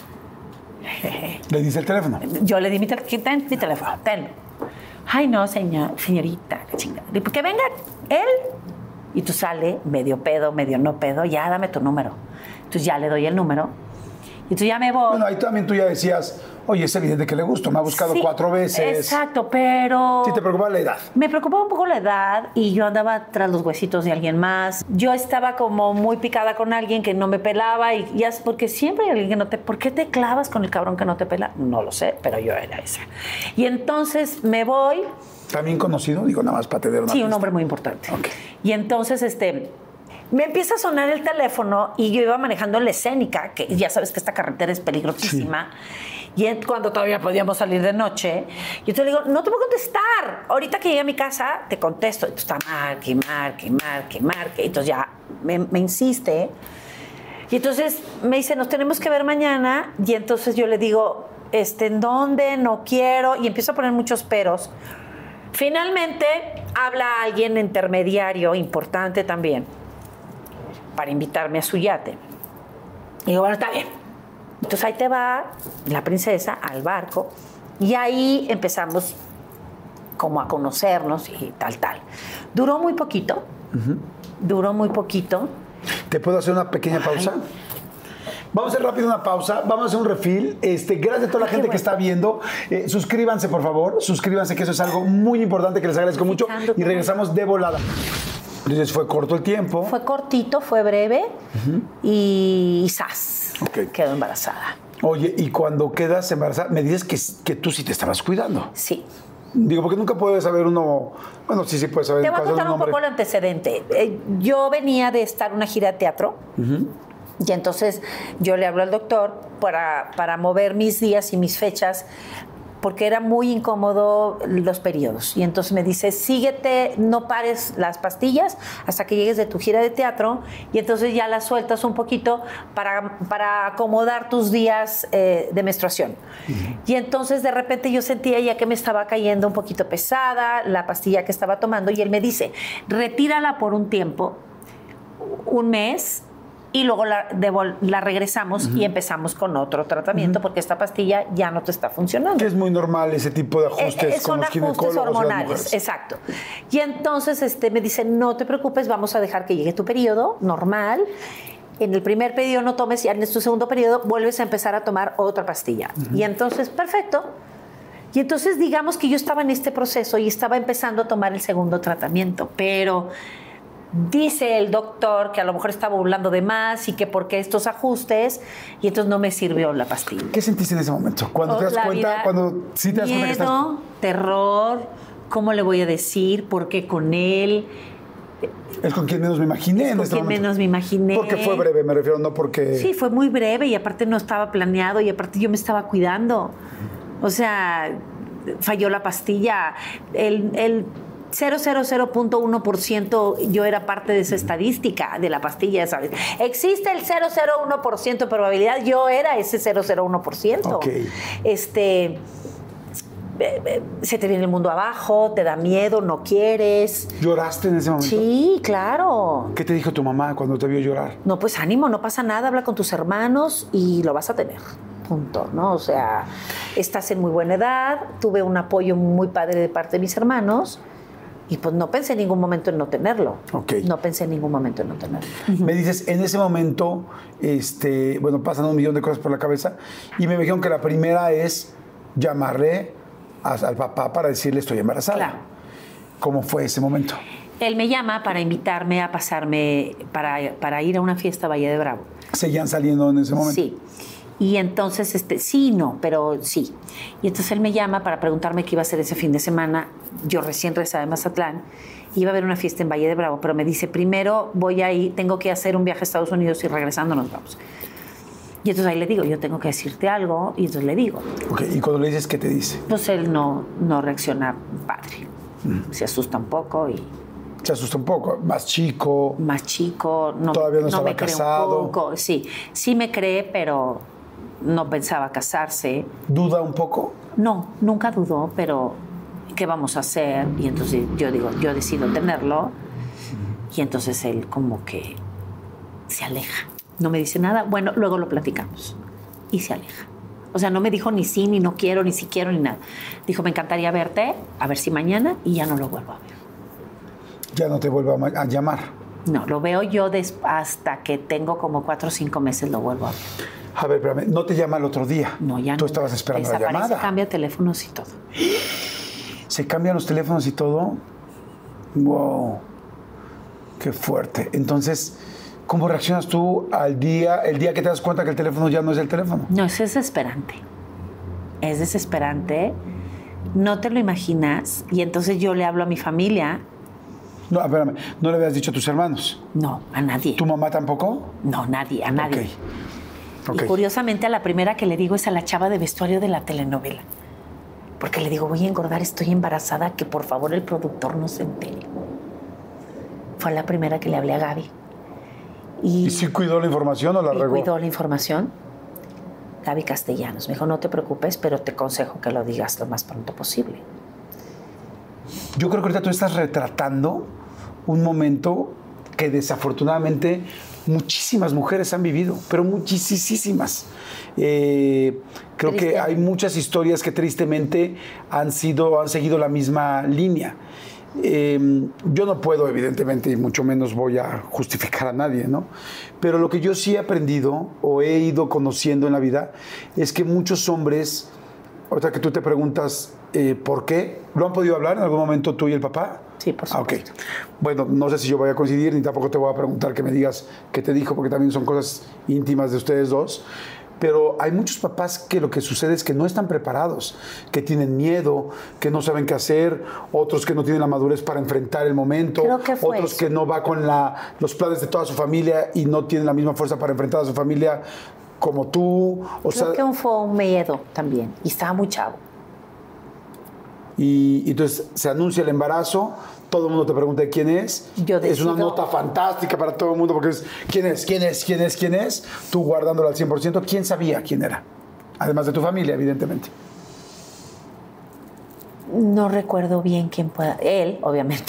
¿Le dice el teléfono? Yo le di mi, te- ten, mi teléfono, tenlo. Ay, no, señor, señorita, qué chingada. Que venga él. Y tú sale medio pedo, medio no pedo, ya dame tu número. Entonces ya le doy el número. Y entonces ya me voy. Bueno, ahí también tú ya decías, oye, es evidente que le gusto, me ha buscado sí, cuatro veces. Exacto, pero... Sí, te preocupaba la edad. Me preocupaba un poco la edad y yo andaba tras los huesitos de alguien más. Yo estaba como muy picada con alguien que no me pelaba y ya, porque siempre hay alguien que no te... ¿Por qué te clavas con el cabrón que no te pela? No lo sé, pero yo era esa. Y entonces me voy... ¿También conocido? Digo, nada más para tener una Sí, pista. un hombre muy importante. Okay. Y entonces, este... me empieza a sonar el teléfono y yo iba manejando en la escénica, que ya sabes que esta carretera es peligrosísima. Sí. Y cuando todavía podíamos salir de noche. Y entonces le digo, no te puedo contestar. Ahorita que llegue a mi casa, te contesto. Y tú estás marque, marque, marque, marque. Y entonces ya me, me insiste. Y entonces me dice, nos tenemos que ver mañana. Y entonces yo le digo, este, ¿en dónde? No quiero. Y empiezo a poner muchos peros. Finalmente habla alguien intermediario, importante también, para invitarme a su yate. Y digo, bueno, está bien. Entonces ahí te va la princesa al barco y ahí empezamos como a conocernos y tal, tal. Duró muy poquito, uh-huh. duró muy poquito. ¿Te puedo hacer una pequeña pausa? Ay. Vamos a hacer rápido una pausa, vamos a hacer un refill. Este, gracias a toda la gente que está viendo. Eh, suscríbanse, por favor, suscríbanse, que eso es algo muy importante, que les agradezco mucho. Y regresamos de volada. Entonces fue corto el tiempo. Fue cortito, fue breve uh-huh. y ¡zas! Okay. Quedó embarazada. Oye, y cuando quedas embarazada, me dices que, que tú sí te estabas cuidando. Sí. Digo, porque nunca puede saber uno... Bueno, sí, sí puede saber. Te voy a contar un, un poco el antecedente. Eh, yo venía de estar en una gira de teatro. Uh-huh. Y entonces yo le hablo al doctor para, para mover mis días y mis fechas, porque era muy incómodo los periodos. Y entonces me dice, síguete, no pares las pastillas hasta que llegues de tu gira de teatro, y entonces ya las sueltas un poquito para, para acomodar tus días eh, de menstruación. Uh-huh. Y entonces de repente yo sentía ya que me estaba cayendo un poquito pesada la pastilla que estaba tomando, y él me dice, retírala por un tiempo, un mes, y luego la, devol- la regresamos uh-huh. y empezamos con otro tratamiento uh-huh. porque esta pastilla ya no te está funcionando. Que es muy normal ese tipo de ajustes eh, con los ginecólogos. Son ajustes hormonales, exacto. Y entonces este, me dice, no te preocupes, vamos a dejar que llegue tu periodo normal en el primer periodo no tomes y en tu segundo periodo vuelves a empezar a tomar otra pastilla. Uh-huh. Y entonces, perfecto. Y entonces digamos que yo estaba en este proceso y estaba empezando a tomar el segundo tratamiento, pero dice el doctor que a lo mejor estaba burlando de más y que por qué estos ajustes, y entonces no me sirvió la pastilla. ¿Qué sentiste en ese momento? Cuando oh, te das cuenta, vida, cuando sí te das miedo, cuenta que estás... terror, ¿cómo le voy a decir? ¿Por qué con él? Es con quien menos me imaginé. Es en con este quien momento. menos me imaginé. Porque fue breve, me refiero, no porque... Sí, fue muy breve y aparte no estaba planeado y aparte yo me estaba cuidando. O sea, falló la pastilla. El, el cero cero cero punto uno por ciento yo era parte de esa estadística de la pastilla, ¿sabes? Existe el cero cero uno por ciento de probabilidad, yo era ese cero cero uno por ciento. Okay. Este... se te viene el mundo abajo, te da miedo, no quieres. ¿Lloraste en ese momento? Sí, claro. ¿Qué te dijo tu mamá cuando te vio llorar? No, pues ánimo, no pasa nada, habla con tus hermanos y lo vas a tener. Punto, ¿no? O sea, estás en muy buena edad, tuve un apoyo muy padre de parte de mis hermanos y pues no pensé en ningún momento en no tenerlo. Okay. No pensé en ningún momento en no tenerlo. Me dices, en ese momento, este, bueno, pasan un millón de cosas por la cabeza y me dijeron que la primera es llamarle al papá para decirle estoy embarazada. Claro. ¿Cómo fue ese momento? Él me llama para invitarme a pasarme, para, para ir a una fiesta a Valle de Bravo. ¿Seguían saliendo en ese momento? Sí. Y entonces, este, sí, no, pero sí. Y entonces él me llama para preguntarme qué iba a hacer ese fin de semana. Yo recién regresaba de Mazatlán. Iba a haber una fiesta en Valle de Bravo, pero me dice, primero voy a ir, tengo que hacer un viaje a Estados Unidos y regresando nos vamos. Y entonces ahí le digo, yo tengo que decirte algo, y entonces le digo. Ok, ¿y cuando le dices qué te dice? Pues él no, no reacciona padre. Mm. Se asusta un poco y... Se asusta un poco, más chico. Más chico. No, todavía no, no estaba me casado. Cree un poco. Sí, sí me cree, pero no pensaba casarse. ¿Duda un poco? No, nunca dudó, pero ¿qué vamos a hacer? Y entonces yo digo, yo decido tenerlo. Y entonces él como que se aleja. No me dice nada. Bueno, luego lo platicamos. Y se aleja. O sea, no me dijo ni sí, ni no quiero, ni si quiero, ni nada. Dijo, me encantaría verte, a ver si mañana, y ya no lo vuelvo a ver. Ya no te vuelvo a, a llamar. No, lo veo yo des- hasta que tengo como cuatro o cinco meses lo vuelvo a ver. A ver, espérame, ¿no te llama el otro día? No, ya no. Tú estabas esperando la llamada. Cambia teléfonos y todo. ¿Se cambian los teléfonos y todo? Wow. Qué fuerte. Entonces, ¿cómo reaccionas tú al día, el día que te das cuenta que el teléfono ya no es el teléfono? No, es desesperante. Es desesperante. No te lo imaginas. Y entonces yo le hablo a mi familia. No, espérame, ¿no le habías dicho a tus hermanos? No, a nadie. ¿Tu mamá tampoco? No, nadie, a nadie. Okay. Okay. Y curiosamente a la primera que le digo es a la chava de vestuario de la telenovela. Porque le digo, voy a engordar, estoy embarazada, que por favor el productor no se entere. Fue la primera que le hablé a Gaby. ¿Y, ¿Y sí cuidó la información o la regó? cuidó la información. Gaby Castellanos me dijo, no te preocupes, pero te aconsejo que lo digas lo más pronto posible. Yo creo que ahorita tú estás retratando un momento que desafortunadamente muchísimas mujeres han vivido, pero muchísimas. Eh, creo que hay muchas historias que tristemente han sido, han seguido la misma línea. Eh, yo no puedo, evidentemente, y mucho menos voy a justificar a nadie, ¿no? Pero lo que yo sí he aprendido o he ido conociendo en la vida es que muchos hombres, ahorita que tú te preguntas eh, por qué, ¿lo han podido hablar en algún momento tú y el papá? Sí, por supuesto. Ah, ok. Bueno, no sé si yo voy a coincidir, ni tampoco te voy a preguntar que me digas qué te dijo, porque también son cosas íntimas de ustedes dos. Pero hay muchos papás que lo que sucede es que no están preparados, que tienen miedo, que no saben qué hacer, otros que no tienen la madurez para enfrentar el momento, Creo que fue otros eso. que no va con la, los planes de toda su familia y no tienen la misma fuerza para enfrentar a su familia como tú. O Creo sea, que fue un miedo también, y estaba muy chavo. Y, y entonces se anuncia el embarazo, todo el mundo te pregunta de quién es. Yo decido, es una nota fantástica para todo el mundo porque es quién es, quién es, quién es, quién es. Tú guardándolo al cien por ciento. ¿Quién sabía quién era? Además de tu familia, evidentemente. No recuerdo bien quién pueda. Él, obviamente.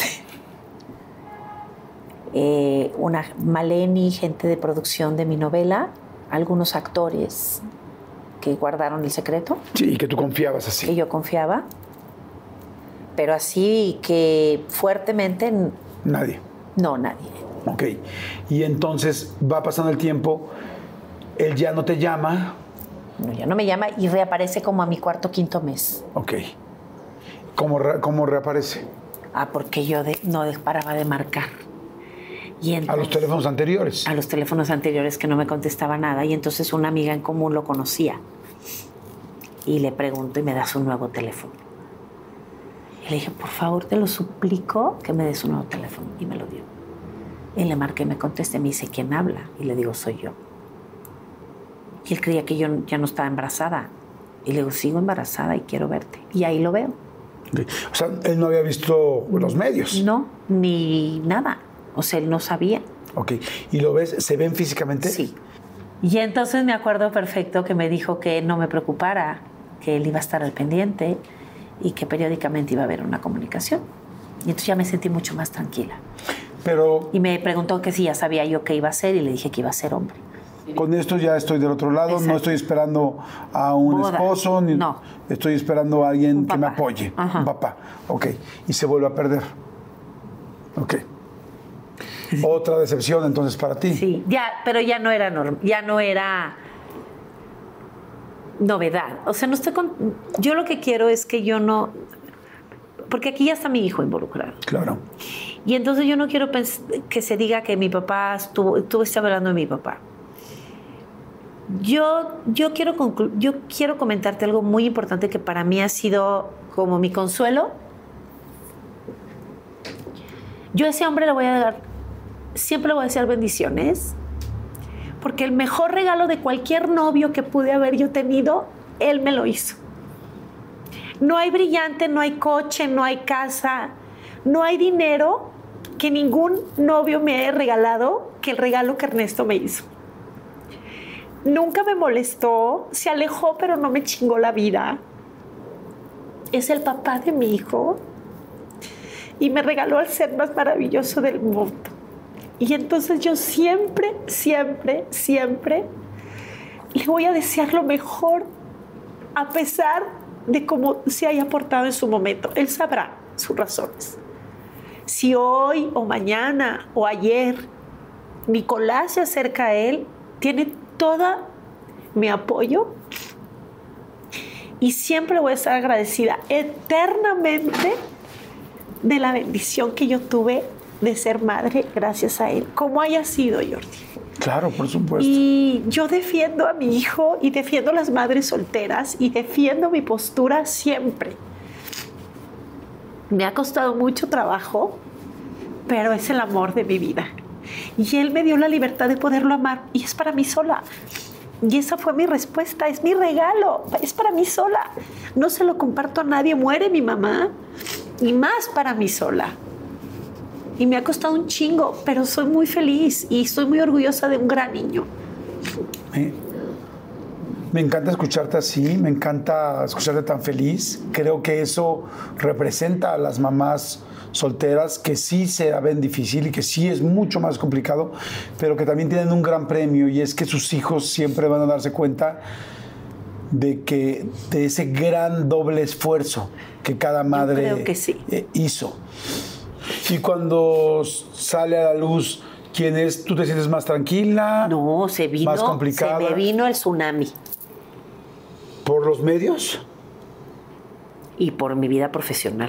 Eh, una Maleni, gente de producción de mi novela, algunos actores que guardaron el secreto. Sí, y que tú confiabas así. Que yo confiaba. Pero así que fuertemente... Nadie. No, nadie. Ok. Y entonces va pasando el tiempo, él ya no te llama. No, ya no me llama y reaparece como a mi cuarto, quinto mes. Ok. ¿Cómo, re, cómo reaparece? Ah, porque yo de, no paraba de marcar. Y entonces, ¿A los teléfonos anteriores? A los teléfonos anteriores que no me contestaba nada. Y entonces una amiga en común lo conocía. Y le pregunto y me da su nuevo teléfono. Y le dije, por favor, te lo suplico que me des un nuevo teléfono. Y me lo dio. Y le marqué y me contesté. Me dice, ¿quién habla? Y le digo, soy yo. Y él creía que yo ya no estaba embarazada. Y le digo, sigo embarazada y quiero verte. Y ahí lo veo. Okay. O sea, él no había visto los medios. No, ni nada. O sea, él no sabía. Ok. ¿Y lo ves? ¿Se ven físicamente? Sí. Y entonces me acuerdo perfecto que me dijo que no me preocupara, que él iba a estar al pendiente y que periódicamente iba a haber una comunicación. Y entonces ya me sentí mucho más tranquila. Pero... Y me preguntó que si ya sabía yo qué iba a ser y le dije que iba a ser hombre. Con esto ya estoy del otro lado. Exacto. No estoy esperando a un Boda. esposo, ni no. Estoy esperando a alguien un que me apoye. Ajá. Un papá. Ok. Y se vuelve a perder. Ok. Otra decepción entonces para ti. Sí, ya, pero ya no era norm, ya no era novedad. O sea, no estoy con, yo lo que quiero es que yo no, porque aquí ya está mi hijo involucrado. Claro. Y entonces yo no quiero que se diga que mi papá estuvo, tú estás hablando de mi papá. Yo, yo, quiero conclu- yo quiero comentarte algo muy importante que para mí ha sido como mi consuelo. Yo a ese hombre le voy a dar, siempre le voy a desear bendiciones, porque el mejor regalo de cualquier novio que pude haber yo tenido, él me lo hizo. No hay brillante, no hay coche, no hay casa, no hay dinero que ningún novio me haya regalado que el regalo que Ernesto me hizo. Nunca me molestó, se alejó, pero no me chingó la vida. Es el papá de mi hijo y me regaló al ser más maravilloso del mundo. Y entonces yo siempre, siempre, siempre le voy a desear lo mejor, a pesar de cómo se haya portado en su momento. Él sabrá sus razones. Si hoy o mañana o ayer Nicolás se acerca a él, tiene todo mi apoyo y siempre voy a estar agradecida eternamente de la bendición que yo tuve de ser madre gracias a él, como haya sido, Jordi. Claro, por supuesto. Y yo defiendo a mi hijo y defiendo a las madres solteras y defiendo mi postura siempre. Me ha costado mucho trabajo, pero es el amor de mi vida. Y él me dio la libertad de poderlo amar y es para mí sola. Y esa fue mi respuesta, es mi regalo, es para mí sola. No se lo comparto a nadie, muere mi mamá y más para mí sola. Y me ha costado un chingo, pero soy muy feliz y estoy muy orgullosa de un gran niño. Me, me encanta escucharte así, me encanta escucharte tan feliz. Creo que eso representa a las mamás solteras que sí se la ven difícil y que sí es mucho más complicado, pero que también tienen un gran premio y es que sus hijos siempre van a darse cuenta de que de ese gran doble esfuerzo que cada madre Yo creo que sí. eh, hizo. Y cuando sale a la luz quién es, ¿tú te sientes más tranquila? No, se vino, más complicada. se me vino el tsunami. ¿Por los medios? Y por mi vida profesional.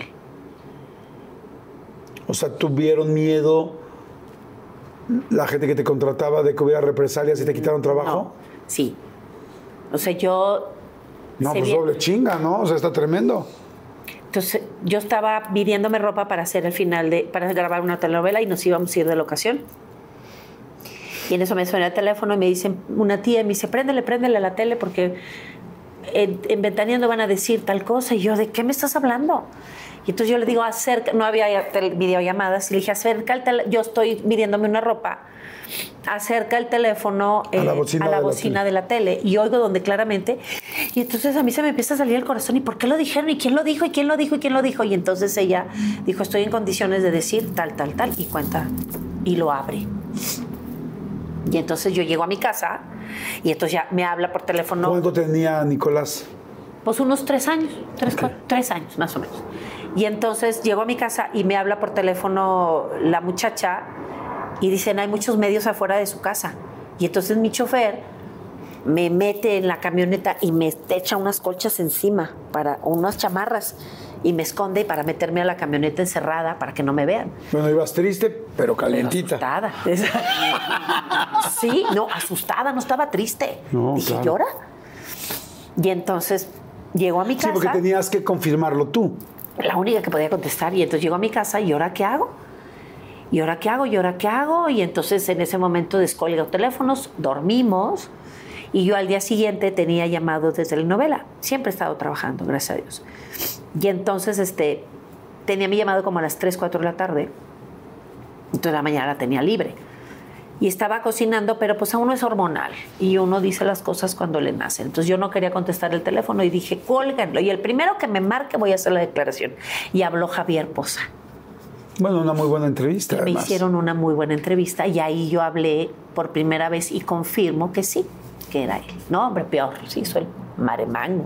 O sea, ¿tuvieron miedo la gente que te contrataba de que hubiera represalias y te quitaron trabajo? No, sí. O sea, yo... No, pues bien. Doble chinga, ¿no? O sea, está tremendo. Entonces, yo estaba pidiéndome ropa para hacer el final de... para grabar una telenovela y nos íbamos a ir de locación. Y en eso me suena el teléfono y me dicen, una tía me dice, préndele, préndele a la tele porque en, en Ventaneando van a decir tal cosa. Y yo, ¿de qué me estás hablando? Y entonces yo le digo, acerca, no había videollamadas, y le dije, acerca el teléfono, yo estoy midiéndome una ropa, acerca el teléfono eh, a la bocina, a la de, bocina la de la tele, y oigo donde claramente, y entonces a mí se me empieza a salir el corazón, ¿y por qué lo dijeron? ¿Y quién lo dijo? ¿Y quién lo dijo? ¿Y quién lo dijo? Y entonces ella dijo, estoy en condiciones de decir tal, tal, tal, y cuenta, y lo abre. Y entonces yo llego a mi casa, y entonces ya me habla por teléfono. ¿Cuánto tenía Nicolás? Pues unos tres años, tres, okay. cuatro, tres años más o menos. Y entonces llego a mi casa y me habla por teléfono la muchacha y dicen, hay muchos medios afuera de su casa. Y entonces mi chofer me mete en la camioneta y me echa unas colchas encima, para unas chamarras, y me esconde para meterme a la camioneta encerrada para que no me vean. Bueno, ibas triste, pero calientita. Pero asustada. Sí, no, asustada, no estaba triste. No, Dije, claro. ¿llora? Y entonces llego a mi casa. Sí, porque tenías que confirmarlo tú. La única que podía contestar. Y entonces llego a mi casa, ¿y ahora qué hago? ¿Y ahora qué hago? ¿Y ahora qué hago? Y entonces en ese momento descolgo teléfonos, dormimos, y yo al día siguiente tenía llamados de telenovela. Siempre he estado trabajando, gracias a Dios. Y entonces este, tenía mi llamado como a las tres, cuatro de la tarde. Entonces la mañana la tenía libre. Y estaba cocinando, pero pues a uno es hormonal y uno dice las cosas cuando le nacen. Entonces yo no quería contestar el teléfono y dije, cólganlo. Y el primero que me marque voy a hacer la declaración. Y habló Javier Poza. Bueno, una muy buena entrevista. Y me además. hicieron una muy buena entrevista y ahí yo hablé por primera vez y confirmo que sí, que era él. No, hombre, peor, sí, soy el maremán.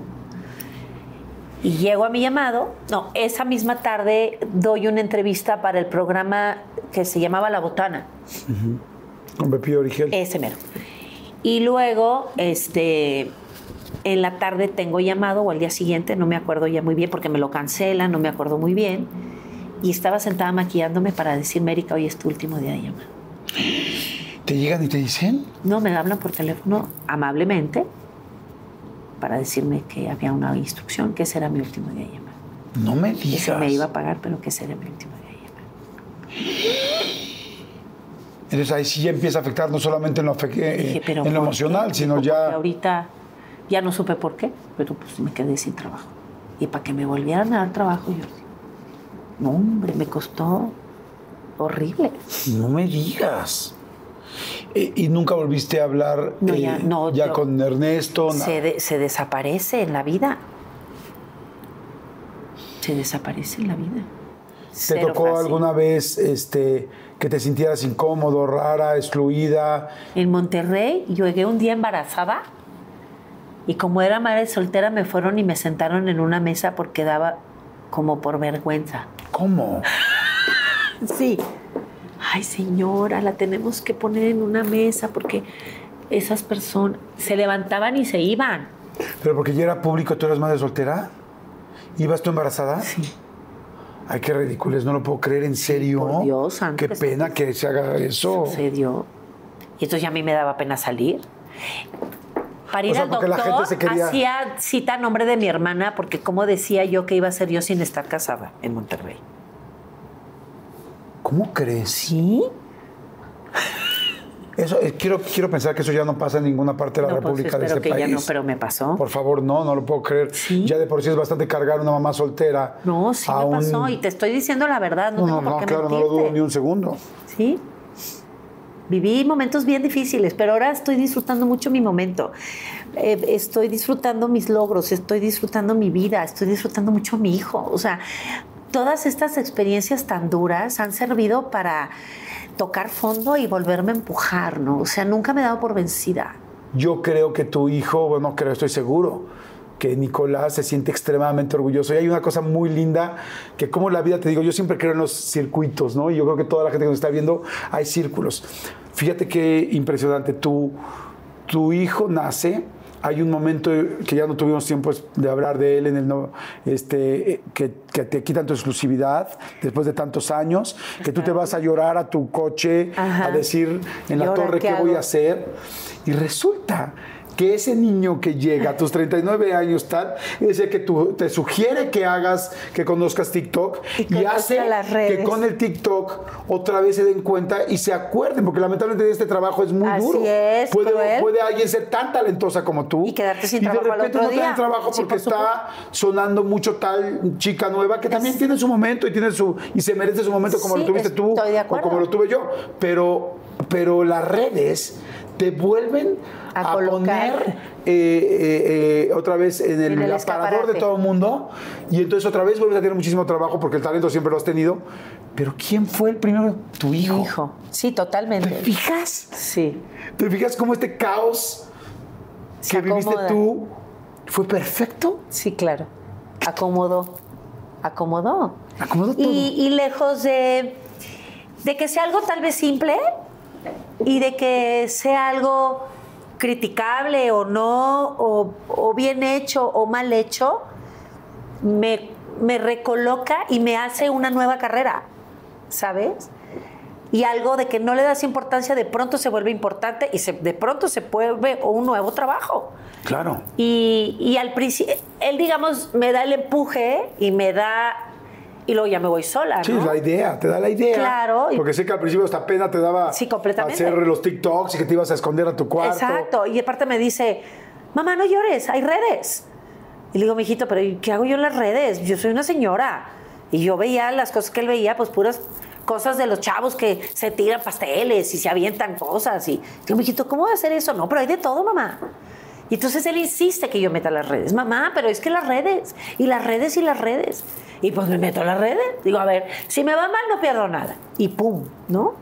Y llego a mi llamado. No, esa misma tarde doy una entrevista para el programa que se llamaba La Botana. Uh-huh. Con Pepillo Origel. Ese mero. Y luego, este, en la tarde tengo llamado, o al día siguiente, no me acuerdo ya muy bien, porque me lo cancelan, no me acuerdo muy bien. Y estaba sentada maquillándome para decirme, Erika, hoy es tu último día de llamada. ¿Te llegan y te dicen? No, me hablan por teléfono amablemente para decirme que había una instrucción, que ese era mi último día de llamada. No me Que digas. se me iba a pagar, pero que ese era mi último día de llamada. Entonces ahí sí ya empieza a afectar no solamente en lo, Dije, pero en lo ¿por emocional, qué? sino Dijo, ya... porque ahorita ya no supe por qué, pero pues me quedé sin trabajo. Y para que me volvieran a dar trabajo, yo... No, hombre, me costó horrible. No me digas. ¿Y, y nunca volviste a hablar No, eh, ya, no, ya yo- con Ernesto? Se, nada? de- se desaparece en la vida. Se desaparece en la vida. ¿Te Cero tocó fácil. alguna vez este, que te sintieras incómodo, rara, excluida? En Monterrey, yo llegué un día embarazada y como era madre soltera me fueron y me sentaron en una mesa porque daba como por vergüenza. ¿Cómo? Sí. Ay, señora, la tenemos que poner en una mesa porque esas personas se levantaban y se iban. ¿Pero porque ya era público, tú eras madre soltera? ¿Ibas tú embarazada? Sí. Ay, qué ridículo, no lo puedo creer, ¿en serio? por Dios santo, Qué que pena que se haga eso. Sucedió. Y entonces ya a mí me daba pena salir. Para ir O sea, al porque la doctor, gente se quería- hacía cita a nombre de mi hermana, porque como decía yo que iba a ser yo sin estar casada en Monterrey. ¿Cómo crees? ¿Sí? Eso, eh, quiero, quiero pensar que eso ya no pasa en ninguna parte de la No, pues, República de espero este que país. ya no, pero me pasó. Por favor, no, no lo puedo creer. Sí. Ya de por sí es bastante cargar una mamá soltera. No, sí a me un- pasó. Y te estoy diciendo la verdad. No, No, tengo no, por no, qué claro, no mentirte. lo dudo ni un segundo. Sí. Viví momentos bien difíciles, pero ahora estoy disfrutando mucho mi momento. Eh, estoy disfrutando mis logros, estoy disfrutando mi vida, estoy disfrutando mucho a mi hijo. O sea, todas estas experiencias tan duras han servido para tocar fondo y volverme a empujar, ¿no? O sea, nunca me he dado por vencida. Yo creo que tu hijo, bueno, creo, estoy seguro, que Nicolás se siente extremadamente orgulloso. Y hay una cosa muy linda, que como la vida, te digo, yo siempre creo en los circuitos, ¿no? Y yo creo que toda la gente que nos está viendo, hay círculos. Fíjate qué impresionante. Tu, tu hijo nace, hay un momento que ya no tuvimos tiempo de hablar de él, en el no, este, que, que te quitan tu exclusividad después de tantos años, que tú te vas a llorar a tu coche, Ajá. a decir en ¿Y la ahora torre qué qué voy hago? a hacer. Y resulta que ese niño que llega a tus treinta y nueve años tal, es el que tú, te sugiere que hagas, que conozcas TikTok Y y, conozca hace las redes. que con el TikTok otra vez se den cuenta y se acuerden, porque lamentablemente este trabajo es muy Así duro. es, puede, cruel. puede alguien ser tan talentosa como tú Y quedarte sin y de trabajo al repente otro no tener día. trabajo Sí, porque por está sonando mucho tal chica nueva que también tiene su momento y tiene su y se merece su momento como Sí, lo tuviste tú estoy de o acuerdo. como lo tuve yo, pero pero las redes te vuelven A a, colocar. poner eh, eh, eh, otra vez en el, En el aparador de escaparate. todo el mundo y entonces otra vez vuelves a tener muchísimo trabajo porque el talento siempre lo has tenido, pero ¿quién fue el primero? Tu hijo. Mi hijo. Sí, ¿Te totalmente. fijas? Sí. ¿Te fijas cómo este caos Se que viviste acomoda. tú fue perfecto? Sí, claro. Acomodó. Acomodó. Acomodó todo. Y, y lejos de, de que sea algo tal vez simple, y de que sea algo criticable o no, o, o bien hecho o mal hecho, me, me recoloca y me hace una nueva carrera, ¿sabes? Y algo de que no le das importancia, de pronto se vuelve importante y se, de pronto se vuelve un nuevo trabajo. Claro. Y, y al principio, él, digamos, me da el empuje y me da... Y luego ya me voy sola, ¿no? Sí, es la idea, te da la idea. Claro. Porque sé que al principio esta pena te daba sí, completamente. hacer los TikToks y que te ibas a esconder a tu cuarto. Exacto. Y aparte me dice, mamá, no llores, hay redes. Y le digo, mijito, pero ¿qué hago yo en las redes? Yo soy una señora. Y yo veía las cosas que él veía, pues puras cosas de los chavos que se tiran pasteles y se avientan cosas. Y digo, mijito, ¿cómo voy a hacer eso? No, pero hay de todo, mamá. Y entonces él insiste que yo meta las redes. Mamá, pero es que las redes, y las redes, y las redes. Y pues me meto a las redes. Digo, a ver, si me va mal no pierdo nada. Y pum, ¿no?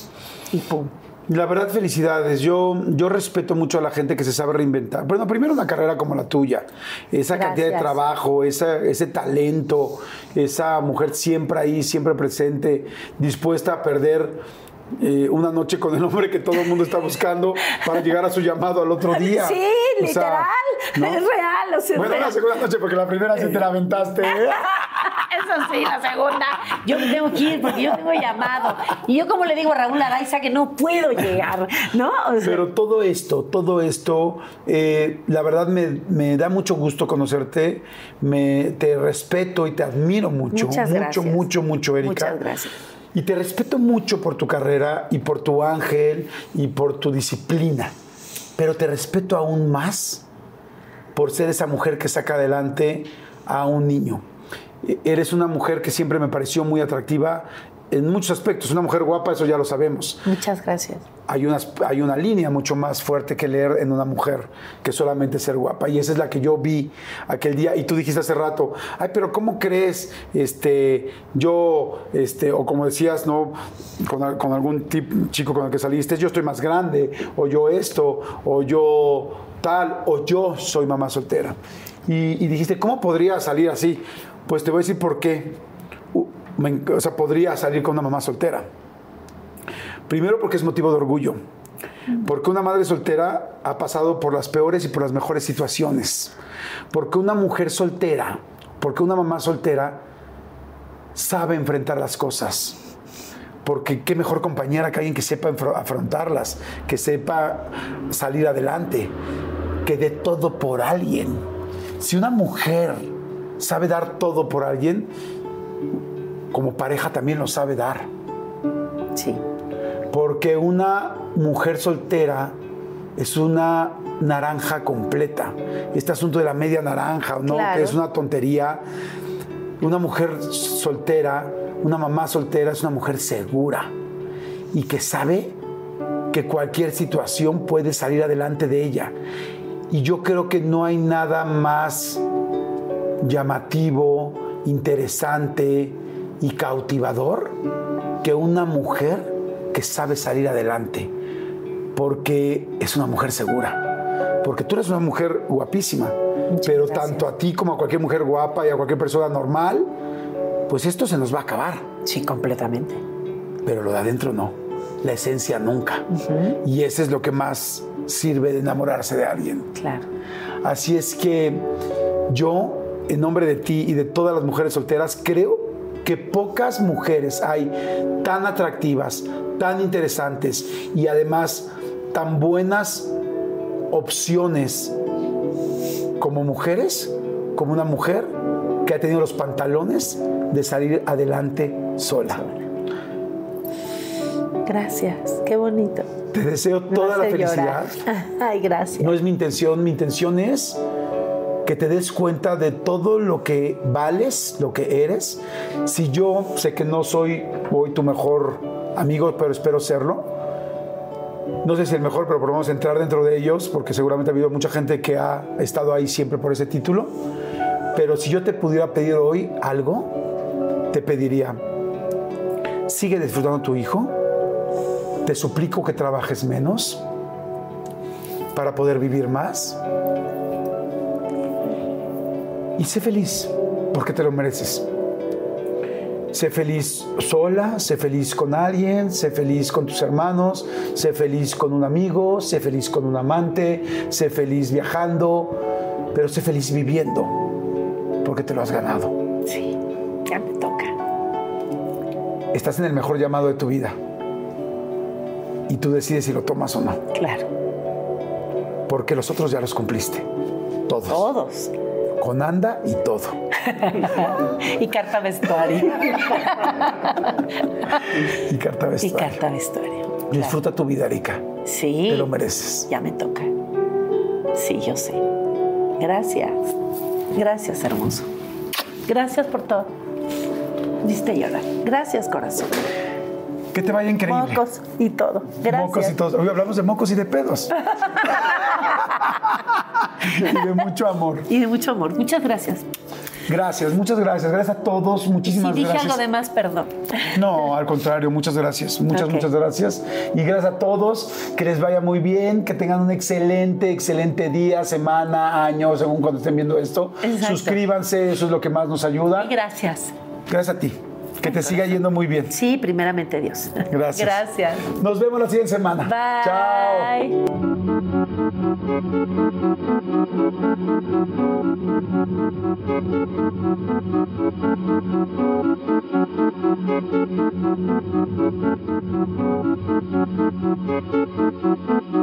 Y pum. La verdad, felicidades. Yo, yo respeto mucho a la gente que se sabe reinventar. Bueno, primero una carrera como la tuya. Esa Gracias. cantidad de trabajo, esa, ese talento, esa mujer siempre ahí, siempre presente, dispuesta a perder eh, una noche con el hombre que todo el mundo está buscando para llegar a su llamado al otro día. Sí, o literal. Sea, ¿no? Es real. O sea, bueno, real. la segunda noche, porque la primera sí te la aventaste. ¿eh? Eso sí, la segunda. Yo me tengo que ir porque yo tengo llamado. Y yo como le digo a Raúl Araiza que no puedo llegar, ¿no? O sea, pero todo esto, todo esto, eh, la verdad me, me da mucho gusto conocerte. Me, te respeto y te admiro mucho. Muchas mucho, gracias. mucho, mucho, Erika. Muchas gracias. Y te respeto mucho por tu carrera y por tu ángel y por tu disciplina. Pero te respeto aún más por ser esa mujer que saca adelante a un niño. Eres una mujer que siempre me pareció muy atractiva en muchos aspectos. Una mujer guapa, eso ya lo sabemos. Muchas gracias. Hay, unas, hay una línea mucho más fuerte que leer en una mujer que solamente ser guapa. Y esa es la que yo vi aquel día. Y tú dijiste hace rato, ay, pero ¿cómo crees? Este, yo, este, o como decías, ¿no? Con, con algún tip, chico con el que saliste, yo estoy más grande, o yo esto, o yo tal, o yo soy mamá soltera. Y, y dijiste, ¿cómo podría salir así? Pues te voy a decir por qué. Uh, me, o sea, podría salir con una mamá soltera. Primero porque es motivo de orgullo. Porque una madre soltera ha pasado por las peores y por las mejores situaciones. Porque una mujer soltera, porque una mamá soltera sabe enfrentar las cosas. Porque qué mejor compañera que alguien que sepa afrontarlas, que sepa salir adelante, que dé todo por alguien. Si una mujer sabe dar todo por alguien, como pareja también lo sabe dar. Sí. Porque una mujer soltera es una naranja completa. Este asunto de la media naranja, ¿no? Claro. Que es una tontería. Una mujer soltera, una mamá soltera es una mujer segura y que sabe que cualquier situación puede salir adelante de ella. Y yo creo que no hay nada más llamativo, interesante y cautivador que una mujer que sabe salir adelante, porque es una mujer segura, porque tú eres una mujer guapísima. Muchas pero gracias. Tanto a ti como a cualquier mujer guapa y a cualquier persona normal, pues esto se nos va a acabar. Sí, completamente. Pero lo de adentro no, la esencia nunca. Uh-huh. Y eso es lo que más sirve de enamorarse de alguien. Claro. Así es que yo, en nombre de ti y de todas las mujeres solteras, creo que pocas mujeres hay tan atractivas, tan interesantes y además tan buenas opciones como mujeres, como una mujer que ha tenido los pantalones de salir adelante sola. Gracias, qué bonito. Te deseo toda la felicidad. Llorar. Ay, gracias. No es mi intención, mi intención es que te des cuenta de todo lo que vales, lo que eres. Si yo sé que no soy hoy tu mejor amigo, pero espero serlo. No sé si el mejor, pero por lo menos entrar dentro de ellos, porque seguramente ha habido mucha gente que ha estado ahí siempre por ese título. Pero si yo te pudiera pedir hoy algo, te pediría, sigue disfrutando a tu hijo. Te suplico que trabajes menos para poder vivir más. Y sé feliz, porque te lo mereces. Sé feliz sola, sé feliz con alguien, sé feliz con tus hermanos, sé feliz con un amigo, sé feliz con un amante, sé feliz viajando, pero sé feliz viviendo, porque te lo has ganado. Sí, ya me toca. Estás en el mejor llamado de tu vida y tú decides si lo tomas o no. Claro. Porque los otros ya los cumpliste. Todos. Todos. Con anda y todo. Y carta vestuario. Y carta vestuario. Y carta vestuario. Disfruta tu vida, Erika. Sí. Te lo mereces. Ya me toca. Sí, yo sé. Gracias. Gracias, hermoso. Gracias por todo. Diste llorar. Gracias, corazón. Que te vaya increíble. Mocos y todo. Gracias. Mocos y todo. Hoy hablamos de mocos y de pedos. Y de mucho amor. Y de mucho amor. Muchas gracias. Gracias, muchas gracias. Gracias a todos. Muchísimas Si dije gracias. algo de más, perdón. No, al contrario, muchas gracias. Muchas, Okay. muchas gracias. Y gracias a todos. Que les vaya muy bien. Que tengan un excelente, excelente día, semana, año, según cuando estén viendo esto. Exacto. Suscríbanse, eso es lo que más nos ayuda. Y gracias. Gracias a ti. Que te siga yendo muy bien. Sí, primeramente Dios. Gracias. Gracias. Nos vemos la siguiente semana. Bye. Chao. Thank you.